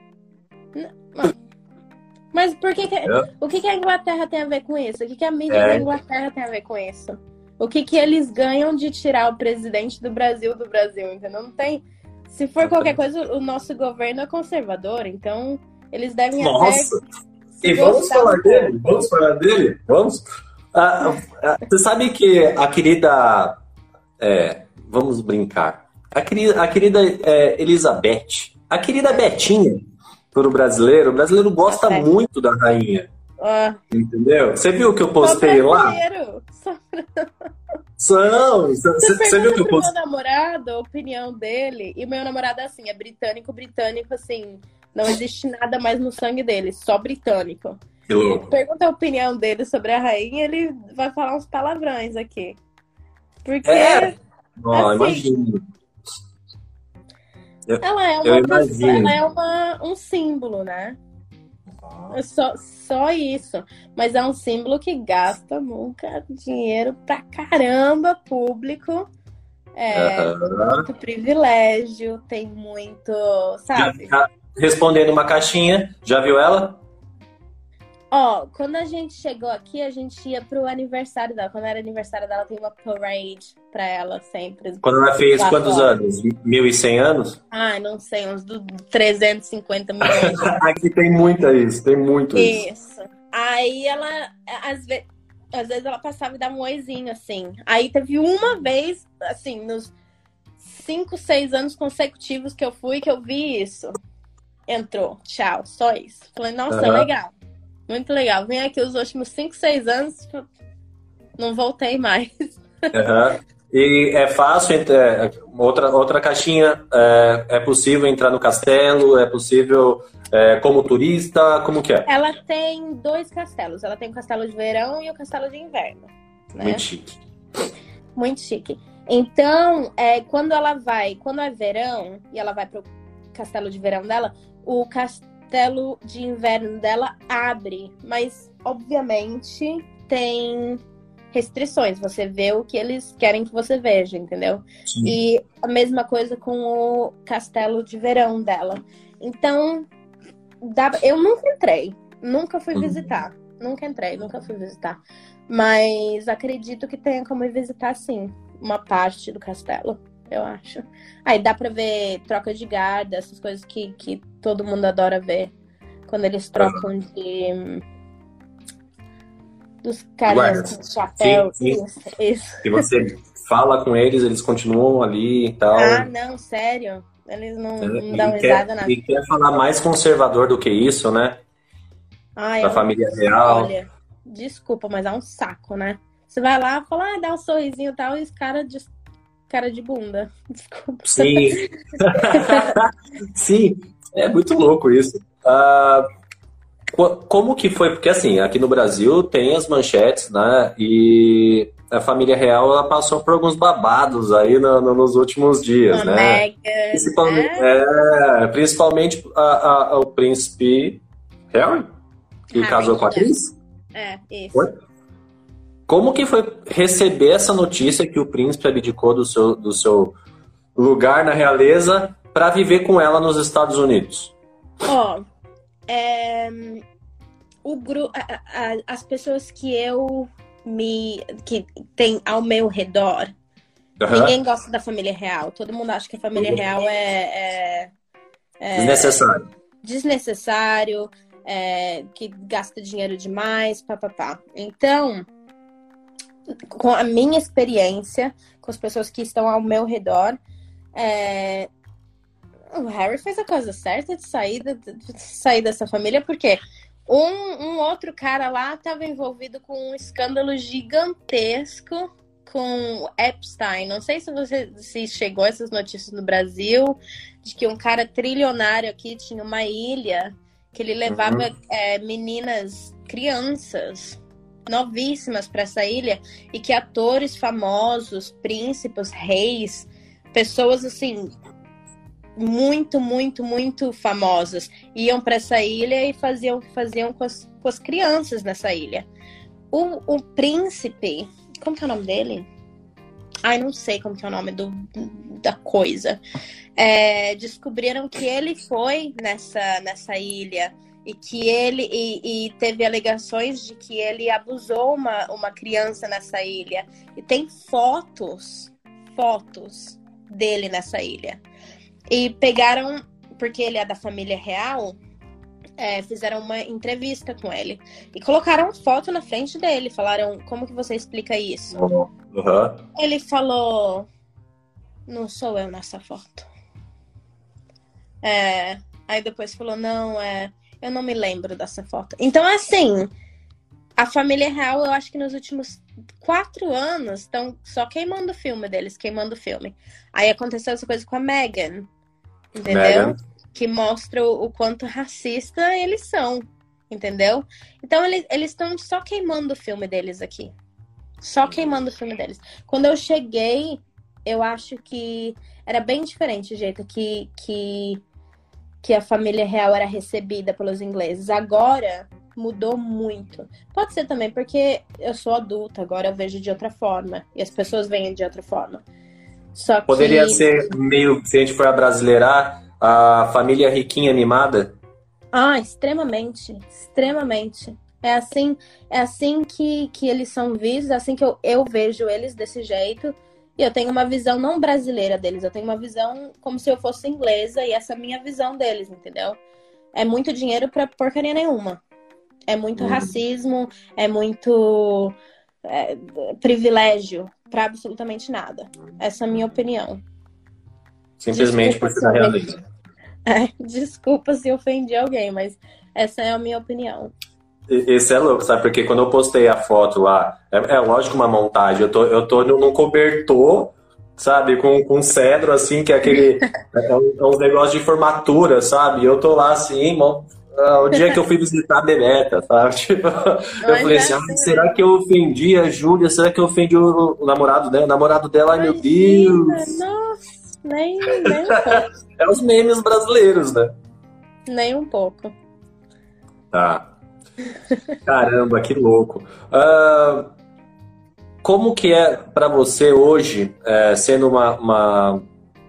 Mas por que, que É. o que, que a Inglaterra tem a ver com isso? O que, que a mídia É. da Inglaterra tem a ver com isso? O que, que eles ganham de tirar o presidente do Brasil do Brasil, entendeu? Não tem. Se for qualquer coisa, o nosso governo é conservador, então eles devem Nossa! até. se E vamos gostar falar um dele? pouco. Vamos falar dele? Vamos? Ah, ah, você sabe que a querida. é, vamos brincar. A querida, a querida é, Elizabeth, a querida Betinha, para o brasileiro, o brasileiro gosta É. muito da rainha. Ah, Entendeu? Você viu que eu sou postei lá? brasileiro. Sou- Não, Você você você viu pergunta que eu pro meu postei? namorado a opinião dele, e o meu namorado, assim, é britânico, britânico, assim, não existe nada mais no sangue dele, só britânico. Que louco. Pergunta a opinião dele sobre a rainha, ele vai falar uns palavrões aqui. Porque É. Ó, assim, imagino. Eu, ela é eu uma pessoa, imagino. ela é uma, um símbolo, né? É só, só isso. Mas é um símbolo que gasta nunca dinheiro pra caramba público. É, Aham. muito privilégio, tem muito, Já, sabe? já respondendo uma caixinha, já viu ela? Ó, quando a gente chegou aqui, a gente ia pro aniversário dela. Quando era aniversário dela, tem uma parade pra ela sempre. Quando ela fez Lá quantos fora. anos? mil e cem anos? Ai, não sei, uns do trezentos e cinquenta milhões. Aqui tem muito isso, tem muito isso. Isso. Aí ela, às vezes, às vezes ela passava e dava um oizinho, assim. Aí teve uma vez, assim, nos cinco, seis anos consecutivos que eu fui, que eu vi isso. Entrou, tchau, só isso. Falei, nossa, Aham. legal. Muito legal. Vem aqui os últimos cinco, seis anos, não voltei mais. Aham. E é fácil, é, outra, outra caixinha, é, é possível entrar no castelo, é possível é, como turista, como que é? Ela tem dois castelos. Ela tem o castelo de verão e o castelo de inverno, né? Muito chique. Muito chique. Então, é, quando ela vai, quando é verão e ela vai pro castelo de verão dela, o castelo de inverno dela abre, mas obviamente tem restrições. Você vê o que eles querem que você veja, entendeu? Sim. E a mesma coisa com o castelo de verão dela. Então, dá- eu nunca entrei, nunca fui Uhum. visitar, nunca entrei, nunca fui visitar. Mas acredito que tenha como ir visitar, sim, uma parte do castelo, eu acho. Aí dá pra ver troca de guarda, essas coisas que, que todo mundo adora ver. Quando eles trocam de... dos carinhas Guardas. com chapéu. Sim, sim. Isso, isso. E você fala com eles, eles continuam ali e tal. Ah, não, sério. Eles não, É, não dão e, risada quer, nada. e quer falar mais conservador do que isso, né? Ai, Da é um- família real. Olha, desculpa, mas é um saco, né? Você vai lá, fala, ah, dá um sorrisinho e tal, e os caras de cara de bunda. Desculpa. Sim. Sim, é muito louco isso. Ah, co- como que foi? Porque assim, aqui no Brasil tem as manchetes, né? E a família real ela passou por alguns babados aí no- no- nos últimos dias, Uma né? Meghan, Principalmente, né? é, principalmente a- a- o príncipe Harry? Que Harry, casou com a atriz? É, isso. Oi? Como que foi receber essa notícia que o príncipe abdicou do seu, do seu lugar na realeza para viver com ela nos Estados Unidos? Ó, é, o gru, a, a, as pessoas que eu me que tem ao meu redor, uhum. Ninguém gosta da família real. Todo mundo acha que a família uhum. real é, é, é desnecessário. Desnecessário, é, que gasta dinheiro demais, papapá. Então, com a minha experiência, com as pessoas que estão ao meu redor, é, o Harry fez a coisa certa de sair, de, de sair dessa família, porque um, um outro cara lá estava envolvido com um escândalo gigantesco com Epstein. Não sei se você se chegou a essas notícias no Brasil, de que um cara trilionário aqui tinha uma ilha que ele levava uhum. é, meninas, crianças novíssimas para essa ilha, e que atores famosos, príncipes, reis, pessoas assim muito, muito, muito famosas iam para essa ilha e faziam o que faziam com as, com as crianças nessa ilha. O, o príncipe, como que é o nome dele? Ai, não sei como que é o nome do, da coisa. É, descobriram que ele foi nessa, nessa ilha e que ele e, e teve alegações de que ele abusou uma, uma criança nessa ilha. E tem fotos, fotos dele nessa ilha. E pegaram, porque ele é da família real, é, fizeram uma entrevista com ele. E colocaram foto na frente dele. Falaram, como que você explica isso? Uhum. Ele falou, não sou eu nessa foto. É, aí depois falou, não, é, eu não me lembro dessa foto. Então, assim, a família real, eu acho que nos últimos quatro anos estão só queimando o filme deles, queimando o filme. Aí aconteceu essa coisa com a Meghan, entendeu? Meghan. Que mostra o, o quanto racista eles são, entendeu? Então, eles estão só queimando o filme deles aqui. Só queimando o filme deles. Quando eu cheguei, eu acho que era bem diferente o jeito que, que, que a família real era recebida pelos ingleses. Agora mudou muito. Pode ser também porque eu sou adulta, agora eu vejo de outra forma. E as pessoas veem de outra forma. Só que... Poderia ser meio, se a gente for abrasileirar, a família riquinha animada? Ah, extremamente. Extremamente. É assim, é assim que, que eles são vistos, é assim que eu, eu vejo eles desse jeito. E eu tenho uma visão não brasileira deles, eu tenho uma visão como se eu fosse inglesa, e essa é a minha visão deles, entendeu? É muito dinheiro pra porcaria nenhuma. É muito uhum. racismo, é muito é, privilégio pra absolutamente nada. Essa é a minha opinião. Simplesmente por ser realista. É, desculpa se ofendi alguém, mas essa é a minha opinião. Esse é louco, sabe? Porque quando eu postei a foto lá, é, é lógico uma montagem, eu tô, eu tô num cobertor, sabe? Com, com cedro, assim, que é aquele... é, um, é uns negócios de formatura, sabe? E eu tô lá, assim, mo- ah, o dia que eu fui visitar a Bebeta, sabe? Tipo, eu falei assim, ah, será que eu ofendi a Júlia? Será que eu ofendi o, o namorado dela? O namorado dela, ai meu Deus! Nossa, nem, nem um pouco. É os memes brasileiros, né? Nem um pouco. Tá. Caramba, que louco. Uh, como que é pra você hoje, é, sendo uma, uma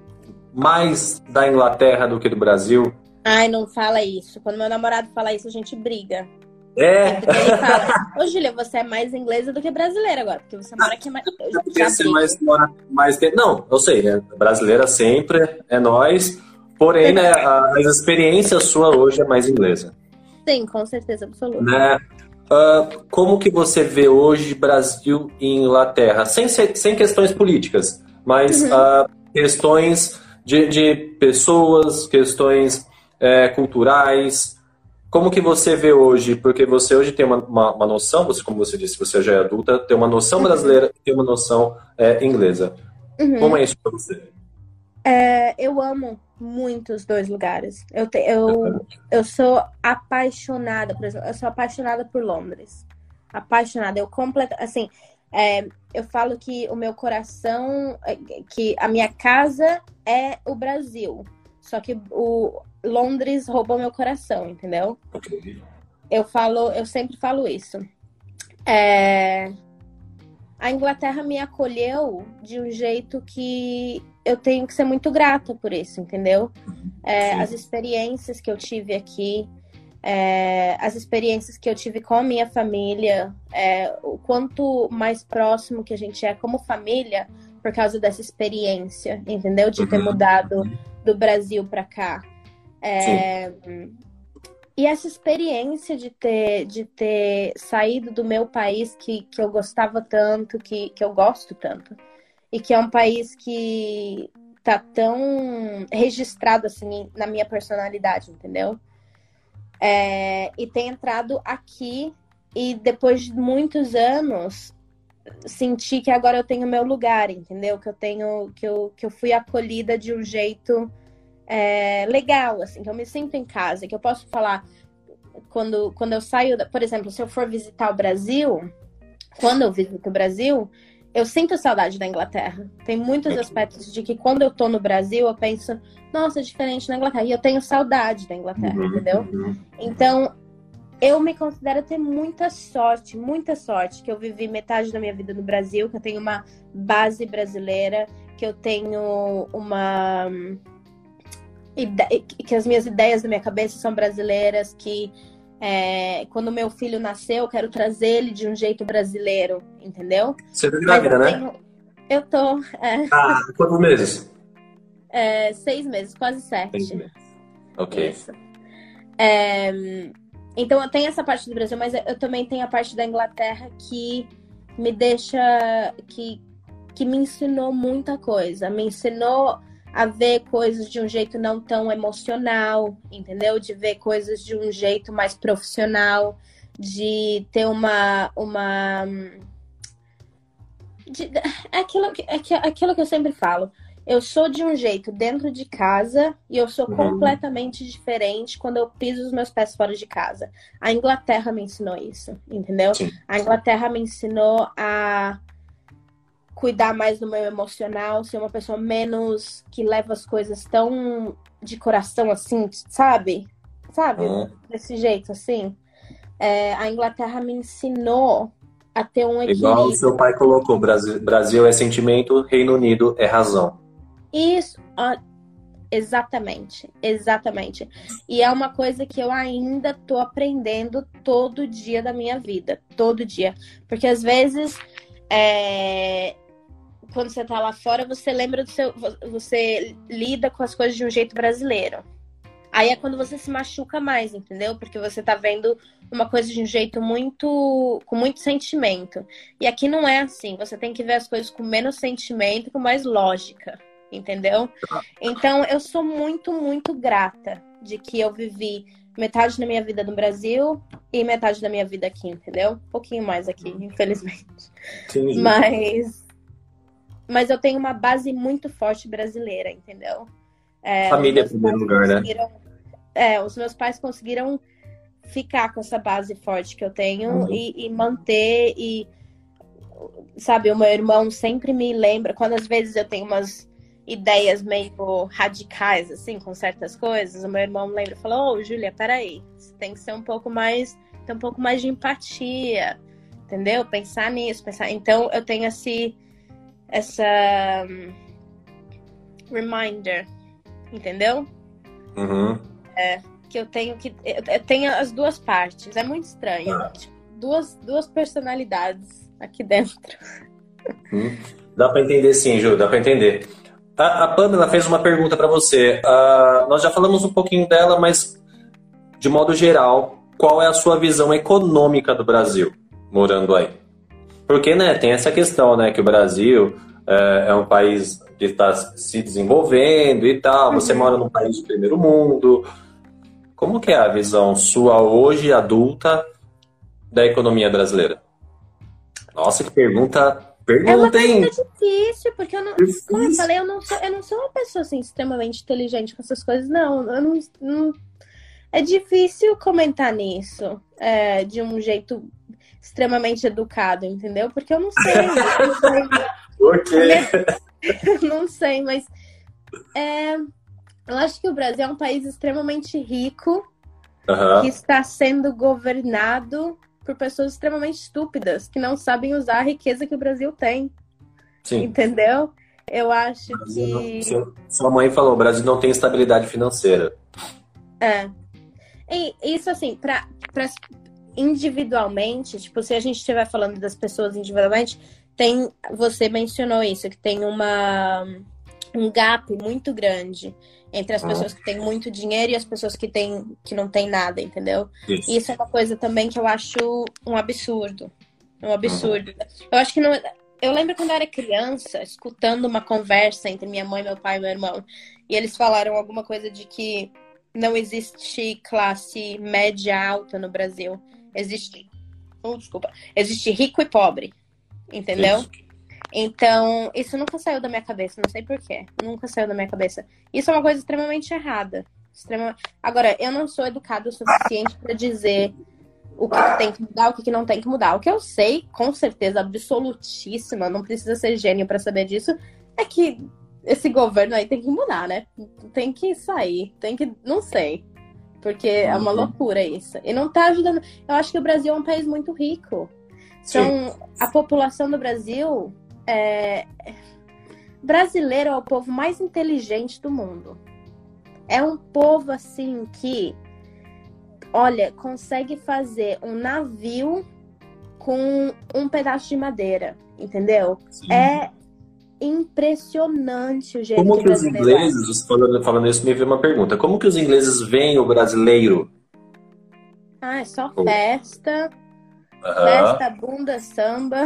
mais da Inglaterra do que do Brasil? Ai, não fala isso. Quando meu namorado fala isso, a gente briga. É? Ele fala, ô Júlia, você é mais inglesa do que brasileira agora, porque você mora aqui mais... Eu porque você mais, mora mais tempo. Não, eu sei, né? Brasileira sempre é nós. Porém, né, a, a experiência sua hoje é mais inglesa. Sim, com certeza absoluta. Né? Uh, como que você vê hoje Brasil e Inglaterra? Sem, ser, sem questões políticas, mas uhum. uh, questões de, de pessoas, questões é, culturais. Como que você vê hoje? Porque você hoje tem uma, uma, uma noção, você, como você disse, você já é adulta, tem uma noção brasileira e tem uma noção é, inglesa. Uhum. Como é isso para você? É, eu amo muito os dois lugares. Eu, te, eu, eu sou apaixonada, por exemplo, eu sou apaixonada por Londres. Apaixonada. Eu completo, assim, é, eu falo que o meu coração, que a minha casa é o Brasil. Só que o Londres roubou meu coração, entendeu? eu falo, eu sempre falo isso. É... A Inglaterra me acolheu de um jeito que eu tenho que ser muito grata por isso, entendeu? É, as experiências que eu tive aqui, é, as experiências que eu tive com a minha família, é, o quanto mais próximo que a gente é como família por causa dessa experiência, entendeu? De ter Uhum. mudado do Brasil para cá. É, e essa experiência de ter, de ter saído do meu país que, que eu gostava tanto, que, que eu gosto tanto, e que é um país que tá tão registrado assim na minha personalidade, entendeu? É, e ter entrado aqui e depois de muitos anos senti que agora eu tenho meu lugar, entendeu? Que eu tenho, que eu, que eu fui acolhida de um jeito é, legal, assim, que eu me sinto em casa, que eu posso falar quando, quando eu saio, da, por exemplo, se eu for visitar o Brasil, quando eu visito o Brasil, eu sinto saudade da Inglaterra. Tem muitos aspectos de que quando eu tô no Brasil, eu penso, nossa, é diferente na Inglaterra. E eu tenho saudade da Inglaterra, Uhum, entendeu? uhum. Então, eu me considero ter muita sorte, muita sorte, que eu vivi metade da minha vida no Brasil, que eu tenho uma base brasileira, que eu tenho uma... que as minhas ideias da minha cabeça são brasileiras, que é, quando meu filho nasceu, eu quero trazer ele de um jeito brasileiro, entendeu? Você tá grávida, eu né? tenho... Eu tô... É, Ah, quantos meses? é, seis meses, quase sete. Seis meses. Ok. Isso. É, então eu tenho essa parte do Brasil, mas eu também tenho a parte da Inglaterra que me deixa... Que, que me ensinou muita coisa. Me ensinou a ver coisas de um jeito não tão emocional, entendeu? De ver coisas de um jeito mais profissional, de ter uma... uma de, é aquilo, é aquilo que eu sempre falo. Eu sou de um jeito dentro de casa e eu sou Uhum. completamente diferente quando eu piso os meus pés fora de casa. A Inglaterra me ensinou isso, entendeu? Sim. A Inglaterra me ensinou a cuidar mais do meu emocional, ser uma pessoa menos que leva as coisas tão de coração assim, sabe? Sabe? Uhum. Desse jeito assim. É, a Inglaterra me ensinou a ter um equilíbrio. Igual o seu pai colocou, Brasil, Brasil é sentimento, Reino Unido é razão. Isso, ó, exatamente, exatamente. E é uma coisa que eu ainda tô aprendendo todo dia da minha vida, todo dia. Porque às vezes, é, quando você tá lá fora, você lembra do seu... Você lida com as coisas de um jeito brasileiro. Aí é quando você se machuca mais, entendeu? Porque você tá vendo uma coisa de um jeito muito... com muito sentimento. E aqui não é assim. Você tem que ver as coisas com menos sentimento e com mais lógica, entendeu? Então, eu sou muito, muito grata de que eu vivi metade da minha vida no Brasil e metade da minha vida aqui, entendeu? Um pouquinho mais aqui, infelizmente. Sim. Mas... Mas eu tenho uma base muito forte brasileira, entendeu? É, Família em os meus primeiro pais lugar, né? conseguiram- É, os meus pais conseguiram ficar com essa base forte que eu tenho Uhum. e, e manter e, sabe, o meu irmão sempre me lembra, quando às vezes eu tenho umas ideias meio radicais, assim, com certas coisas, o meu irmão me lembra e fala, ô, Júlia, peraí, você tem que ser um pouco mais, ter um pouco mais de empatia, entendeu? Pensar nisso, pensar... Então, eu tenho esse, essa um, reminder, entendeu? Uhum. Que eu tenho que... Eu eu tenho as duas partes. É muito estranho. Ah. Tipo, duas, duas personalidades aqui dentro. Uhum. Dá pra entender sim, Ju, dá pra entender. A, a Pamela fez uma pergunta pra você. Ah, nós já falamos um pouquinho dela, mas de modo geral, qual é a sua visão econômica do Brasil, morando aí? Porque, né, tem essa questão, né, que o Brasil é, é um país que está se desenvolvendo e tal, você mora num país de primeiro mundo. Como que é a visão sua hoje, adulta, da economia brasileira? Nossa, que pergunta, É uma pergunta, hein? pergunta difícil, porque eu não... Difícil. Como eu falei, eu não sou, eu não sou uma pessoa, assim, extremamente inteligente com essas coisas, não. Eu não, não... É difícil comentar nisso é, de um jeito extremamente educado, entendeu? Porque eu não sei. Eu não sei. Por quê? Não sei, mas é, eu acho que o Brasil é um país extremamente rico Aham. que está sendo governado por pessoas extremamente estúpidas, que não sabem usar a riqueza que o Brasil tem, Sim. entendeu? Eu acho O Brasil não- que... seu- Sua mãe falou, o Brasil não tem estabilidade financeira. É. E isso, assim, pra, pra individualmente, tipo, se a gente estiver falando das pessoas individualmente, tem, você mencionou isso, que tem uma, um gap muito grande entre as pessoas que têm muito dinheiro e as pessoas que, têm, que não têm nada, entendeu? Isso. E isso é uma coisa também que eu acho um absurdo. Um absurdo. Eu acho que não... Eu lembro quando eu era criança, escutando uma conversa entre minha mãe, meu pai e meu irmão, e eles falaram alguma coisa de que não existe classe média alta no Brasil. Existe... Oh, desculpa. Existe rico e pobre, entendeu? Isso. Então, isso nunca saiu da minha cabeça, não sei porquê. Nunca saiu da minha cabeça. Isso é uma coisa extremamente errada. Extrema... Agora, eu não sou educado o suficiente para dizer o que, que tem que mudar, o que, que não tem que mudar. O que eu sei, com certeza absolutíssima, não precisa ser gênio para saber disso, é que esse governo aí tem que mudar, né? Tem que sair, tem que... Não sei. Porque é uma loucura isso. E não tá ajudando... Eu acho que o Brasil é um país muito rico. Então, a população do Brasil... É... Brasileiro é o povo mais inteligente do mundo. É um povo, assim, que... Olha, consegue fazer um navio com um pedaço de madeira, entendeu? Sim. É impressionante o jeito Como que que o os brasileiro é. ingleses, falando, falando isso, me veio uma pergunta. Como que os ingleses veem o brasileiro? Ah, é só Oh. festa, Aham. festa, bunda, samba.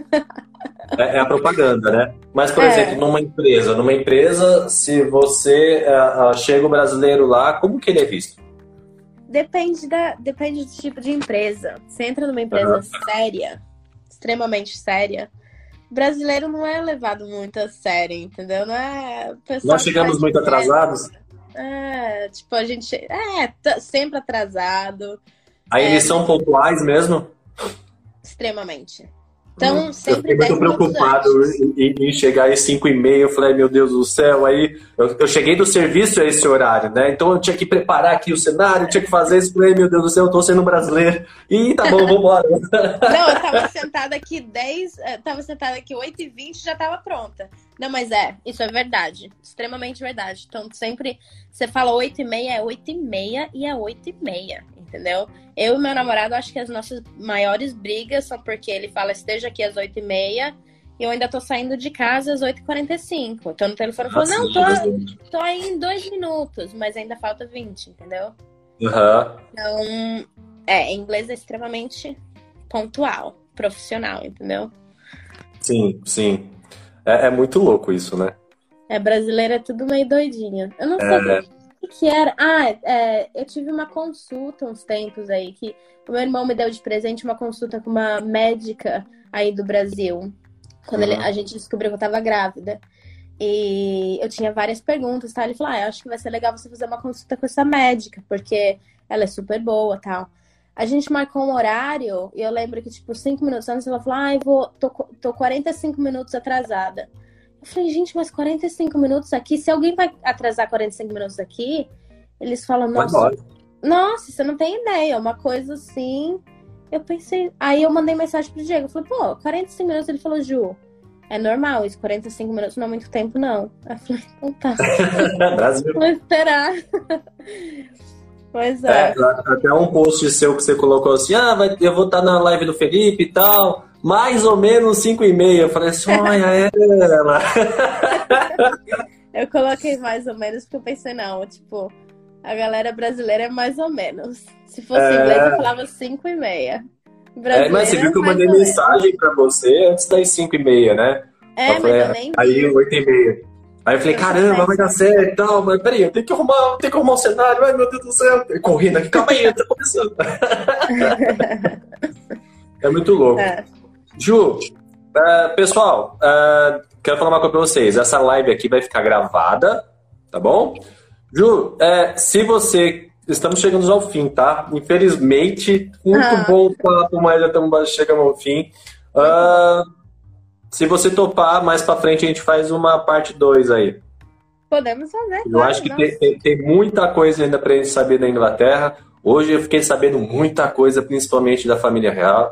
É, é a propaganda, né? Mas, por É. exemplo, numa empresa, numa empresa, se você ah, ah, chega o brasileiro lá, como que ele é visto? Depende, da, depende do tipo de empresa. Você entra numa empresa séria, extremamente séria, brasileiro não é levado muito a sério, entendeu? Não é... o pessoal Nós chegamos faz muito festa. atrasados, É, tipo, a gente... É, tá sempre atrasado, aí É, eles são pontuais mesmo. extremamente. Então, Hum, eu sempre fiquei dez muito minutos preocupado antes. em, em- em chegar às cinco e meia. Eu falei, meu Deus do céu. Aí eu, eu cheguei do serviço a esse horário, né? Então eu tinha que preparar aqui o cenário, tinha que fazer isso. Falei, meu Deus do céu, eu tô sendo brasileiro. E tá bom, vambora. Não, eu tava sentada aqui dez, eh, tava sentada aqui oito e vinte e já tava pronta. Não, mas é, isso é verdade, extremamente verdade. Então sempre, você fala oito e meia, é oito e meia e é oito e meia, entendeu? Eu e meu namorado, acho que as nossas maiores brigas são porque ele fala, esteja aqui às oito e meia e eu ainda tô saindo de casa às oito e quarenta e cinco. Então no telefone eu falo, não, tô, tô aí em dois minutos, mas ainda falta vinte, entendeu? Aham. Então, é, em inglês é extremamente pontual, profissional, entendeu? Sim, sim. É, é muito louco isso, né? É, brasileiro é tudo meio doidinho. Eu não sei É. o que, que era. Ah, é, eu tive uma consulta uns tempos aí, que o meu irmão me deu de presente uma consulta com uma médica aí do Brasil, quando ele- Uhum. a gente descobriu que eu tava grávida. E eu tinha várias perguntas, tá? Ele falou, ah, eu acho que vai ser legal você fazer uma consulta com essa médica, porque ela é super boa, tal. A gente marcou um horário e eu lembro que, tipo, cinco minutos antes ela falou, ah, eu vou, tô, tô quarenta e cinco minutos atrasada. Eu falei, gente, mas quarenta e cinco minutos aqui? Se alguém vai atrasar quarenta e cinco minutos aqui, eles falam, Vai nossa, embora. nossa, você não tem ideia, uma coisa assim. Eu pensei, aí eu mandei mensagem pro Diego, eu falei, pô, quarenta e cinco minutos, ele falou, Ju, é normal isso, quarenta e cinco minutos não é muito tempo, não. Aí eu falei, então tá, Brasil. vou esperar. Pois É, é. até um post seu que você colocou assim, ah, vai- eu vou estar na live do Felipe e tal, mais ou menos cinco e meia. Eu falei assim, olha ela. Eu coloquei mais ou menos porque eu pensei, não, tipo, a galera brasileira é mais ou menos. Se fosse É. inglês, eu falava cinco e meia. É, mas você viu que eu mais mandei ou menos. mensagem pra você antes das cinco e meia, né? É, Eu mas falei, eu nem vi. aí oito e meia. Aí eu falei, Eu caramba, também. vai dar certo e tal, mas peraí, eu tenho que arrumar, eu tenho que arrumar um cenário, ai meu Deus do céu. Correndo aqui, calma aí, tá começando. É muito louco. É. Ju, eh, pessoal, eh, quero falar uma coisa pra vocês. Essa live aqui vai ficar gravada, tá bom? Ju, eh, se você... Estamos chegando ao fim, tá? Infelizmente, muito Ah. bom o papo, mas já estamos chegando ao fim. Ah, se você topar, mais pra frente a gente faz uma parte dois aí. Podemos fazer, Eu claro, acho que nossa. tem, tem- tem muita coisa ainda pra gente saber da Inglaterra. Hoje eu fiquei sabendo muita coisa, principalmente da família real.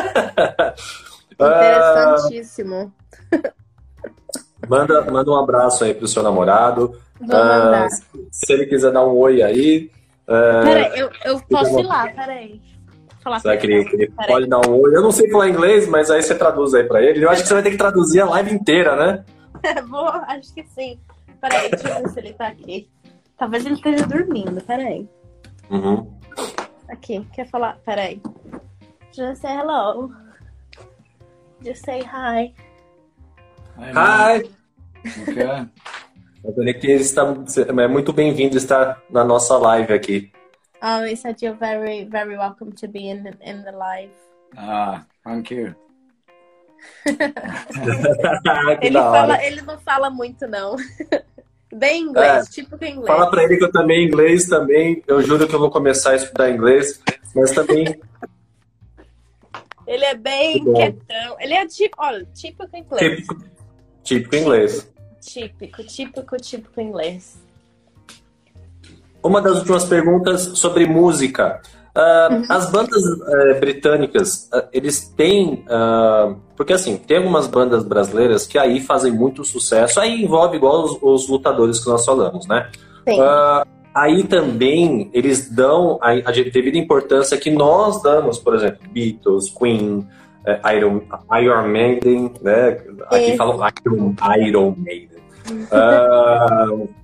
Interessantíssimo. Ah, manda, manda um abraço aí pro seu namorado. Vou mandar. Ah, se ele quiser dar um oi aí. Ah, peraí, eu, eu posso ir lá, peraí. Falar Será que ele, ele peraí. pode dar um oi? Eu não sei falar inglês, mas aí você traduz aí pra ele. Eu acho que você vai ter que traduzir a live inteira, né? Vou, acho que sim. Peraí, deixa eu ver se ele tá aqui. Talvez ele esteja dormindo, peraí. Uhum. Aqui, quer falar? Peraí. Just say hello. Just say hi. Hi! Okay. Ele que está, é muito bem-vindo estar na nossa live aqui. Oh, he said you're very, very welcome to be in the, in the live. Ah, thank you. Que Ele, da hora. fala, ele não fala muito, não. Bem inglês, É, tipo que inglês. Fala pra ele que eu também inglês também. Eu juro que eu vou começar a estudar inglês, mas também Ele é bem Bom. quietão. Ele é tipo, olha, típico inglês. típico, típico inglês. Típico, típico, típico inglês. Uma das últimas perguntas sobre música. Ah, Uhum. As bandas eh, britânicas, ah, eles têm... ah, porque assim, tem algumas bandas brasileiras que aí fazem muito sucesso. Aí envolve igual os, os lutadores que nós falamos, né? Sim. Ah, aí também eles dão a, a devida importância que nós damos, por exemplo, Beatles, Queen, eh, Iron, Iron Maiden, né? Aqui Isso. falam Iron, Iron Maiden. Ah,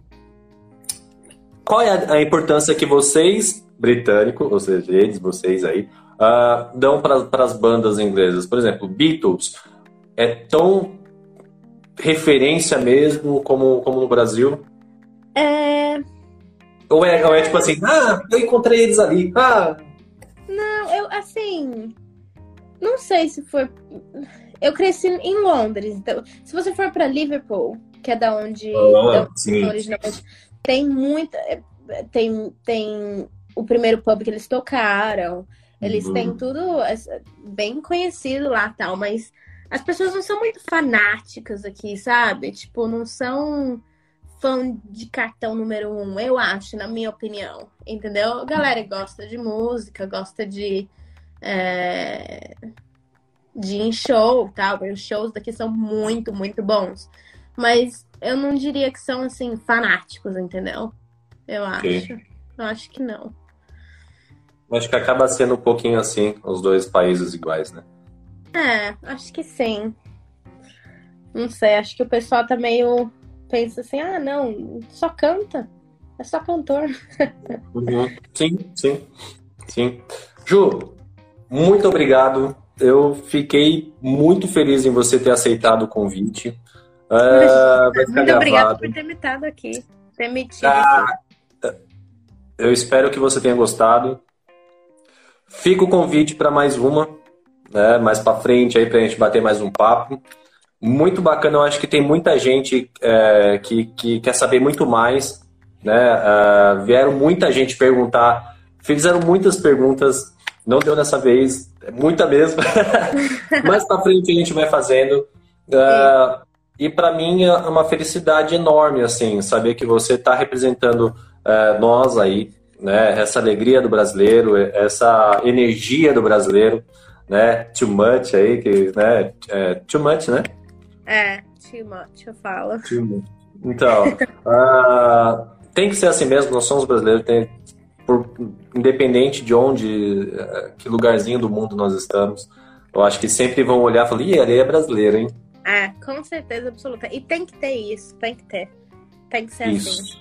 qual é a, a importância que vocês, britânicos, ou seja, eles, vocês aí, ah, dão para as bandas inglesas? Por exemplo, Beatles é tão referência mesmo como, como no Brasil? É, Ou é, ou é tipo assim, ah, eu encontrei eles ali, ah, não, eu, assim, não sei se foi... Eu cresci em Londres, então, se você for pra Liverpool, que é da onde, Ah, da onde sim. originalmente, tem muita... Tem, tem o primeiro pub que eles tocaram, eles Uhum. têm tudo é, bem conhecido lá e tal, mas as pessoas não são muito fanáticas aqui, sabe? Tipo, não são fã de cartão número um, eu acho, na minha opinião, entendeu? A galera gosta de música, gosta de... É... de ir em show, tal. Os shows daqui são muito, muito bons. Mas eu não diria que são, assim, fanáticos, entendeu? Eu acho. Ok. Eu acho que não. acho que acaba sendo um pouquinho assim, os dois países iguais, né? É, acho que sim. Não sei, acho que o pessoal tá meio... pensa assim, ah, não, só canta. É só cantor. Uhum. Sim, sim, sim. Ju, muito obrigado. Eu fiquei muito feliz em você ter aceitado o convite. Ah, vai ficar Muito obrigada gravado. por ter me estado aqui. Ter me tido Ah, aqui. Eu espero que você tenha gostado. Fica o convite para mais uma, né? Mais para frente aí para a gente bater mais um papo. Muito bacana. Eu acho que tem muita gente é, que, que quer saber muito mais, né? Ah, vieram muita gente perguntar, fizeram muitas perguntas. Não deu dessa vez, é muita mesmo. Mais para frente a gente vai fazendo. Ah, e para mim é uma felicidade enorme, assim, saber que você está representando é, nós aí, né? Essa alegria do brasileiro, essa energia do brasileiro, né? Too much aí, que, né? É, too much, né? É, too much, eu falo. Too much. Então, ah, tem que ser assim mesmo. Nós somos brasileiros, tem, por, independente de onde, que lugarzinho do mundo nós estamos, eu acho que sempre vão olhar e falar, ih, ele é brasileiro, hein? É, com certeza absoluta. E tem que ter isso, tem que ter. Tem que ser Isso. assim.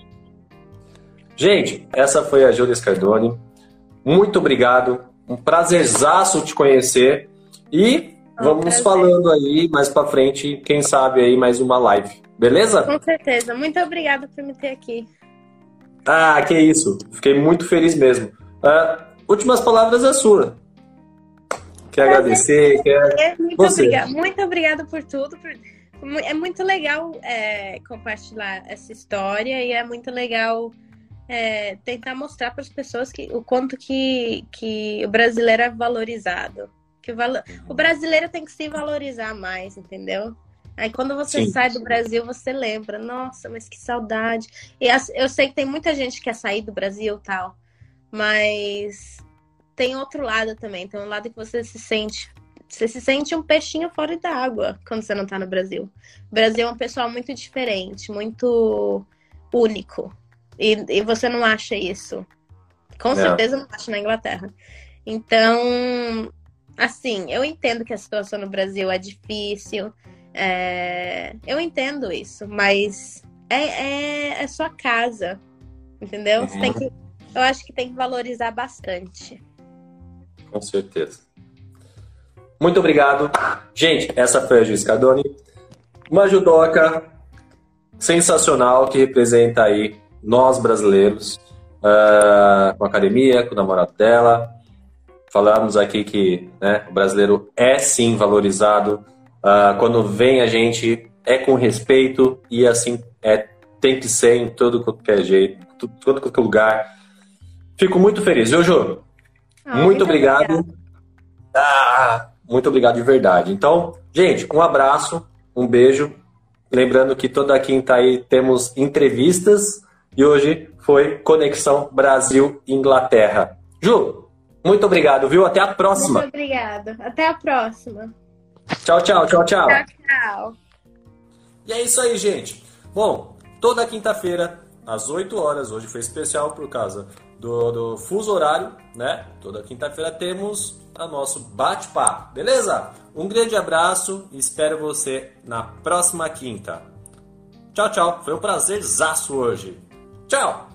Gente, essa foi a Júlia Scardoni. Muito obrigado. Um prazerzaço te conhecer. E É um vamos prazer. falando aí mais pra frente, quem sabe aí mais uma live. Beleza? Com certeza. Muito obrigada por me ter aqui. Ah, que isso. Fiquei muito feliz mesmo. Ah, últimas palavras é sua. Quer Prazer. agradecer? Quer... É, muito, Você. obrigada, muito obrigada por tudo. por- É muito legal é, compartilhar essa história e é muito legal é, tentar mostrar para as pessoas que, o quanto que, que o brasileiro é valorizado. Que o, valo- o brasileiro tem que se valorizar mais, entendeu? Aí quando você Sim. sai do Brasil, você lembra, nossa, mas que saudade. E as- eu sei que tem muita gente que quer sair do Brasil e tal, Mas tem outro lado também. Tem um lado que você se sente... Você se sente um peixinho fora da água quando você não tá no Brasil. O Brasil é um pessoal muito diferente, muito único. E, e você não acha isso. Com É. certeza não acha na Inglaterra. Então, assim, eu entendo que a situação no Brasil é difícil. É... Eu entendo isso, mas é, é, é sua casa. Entendeu? Você tem que, eu acho que tem que valorizar bastante. Com certeza. Muito obrigado. Gente, essa foi a Gil Scardoni, uma judoca sensacional que representa aí nós brasileiros, uh, com a academia, com o namorado dela. Falamos aqui que, né, o brasileiro é sim valorizado. Uh, quando vem a gente é com respeito e assim é, tem que ser em todo qualquer jeito, todo qualquer lugar. Fico muito feliz, viu, Jô? Ah, muito, muito obrigado. obrigada. Ah, muito obrigado de verdade. Então, gente, um abraço, um beijo. Lembrando que toda quinta aí temos entrevistas e hoje foi Conexão Brasil-Inglaterra. Ju, muito obrigado, viu? Até a próxima. Muito obrigada. Até a próxima. Tchau, tchau, tchau, tchau. Tchau, tchau. E é isso aí, gente. Bom, toda quinta-feira, às oito horas, hoje foi especial por causa do, do fuso horário, né? Toda quinta-feira temos o nosso bate-papo, beleza? Um grande abraço e espero você na próxima quinta. Tchau, tchau. Foi um prazerzaço hoje. Tchau!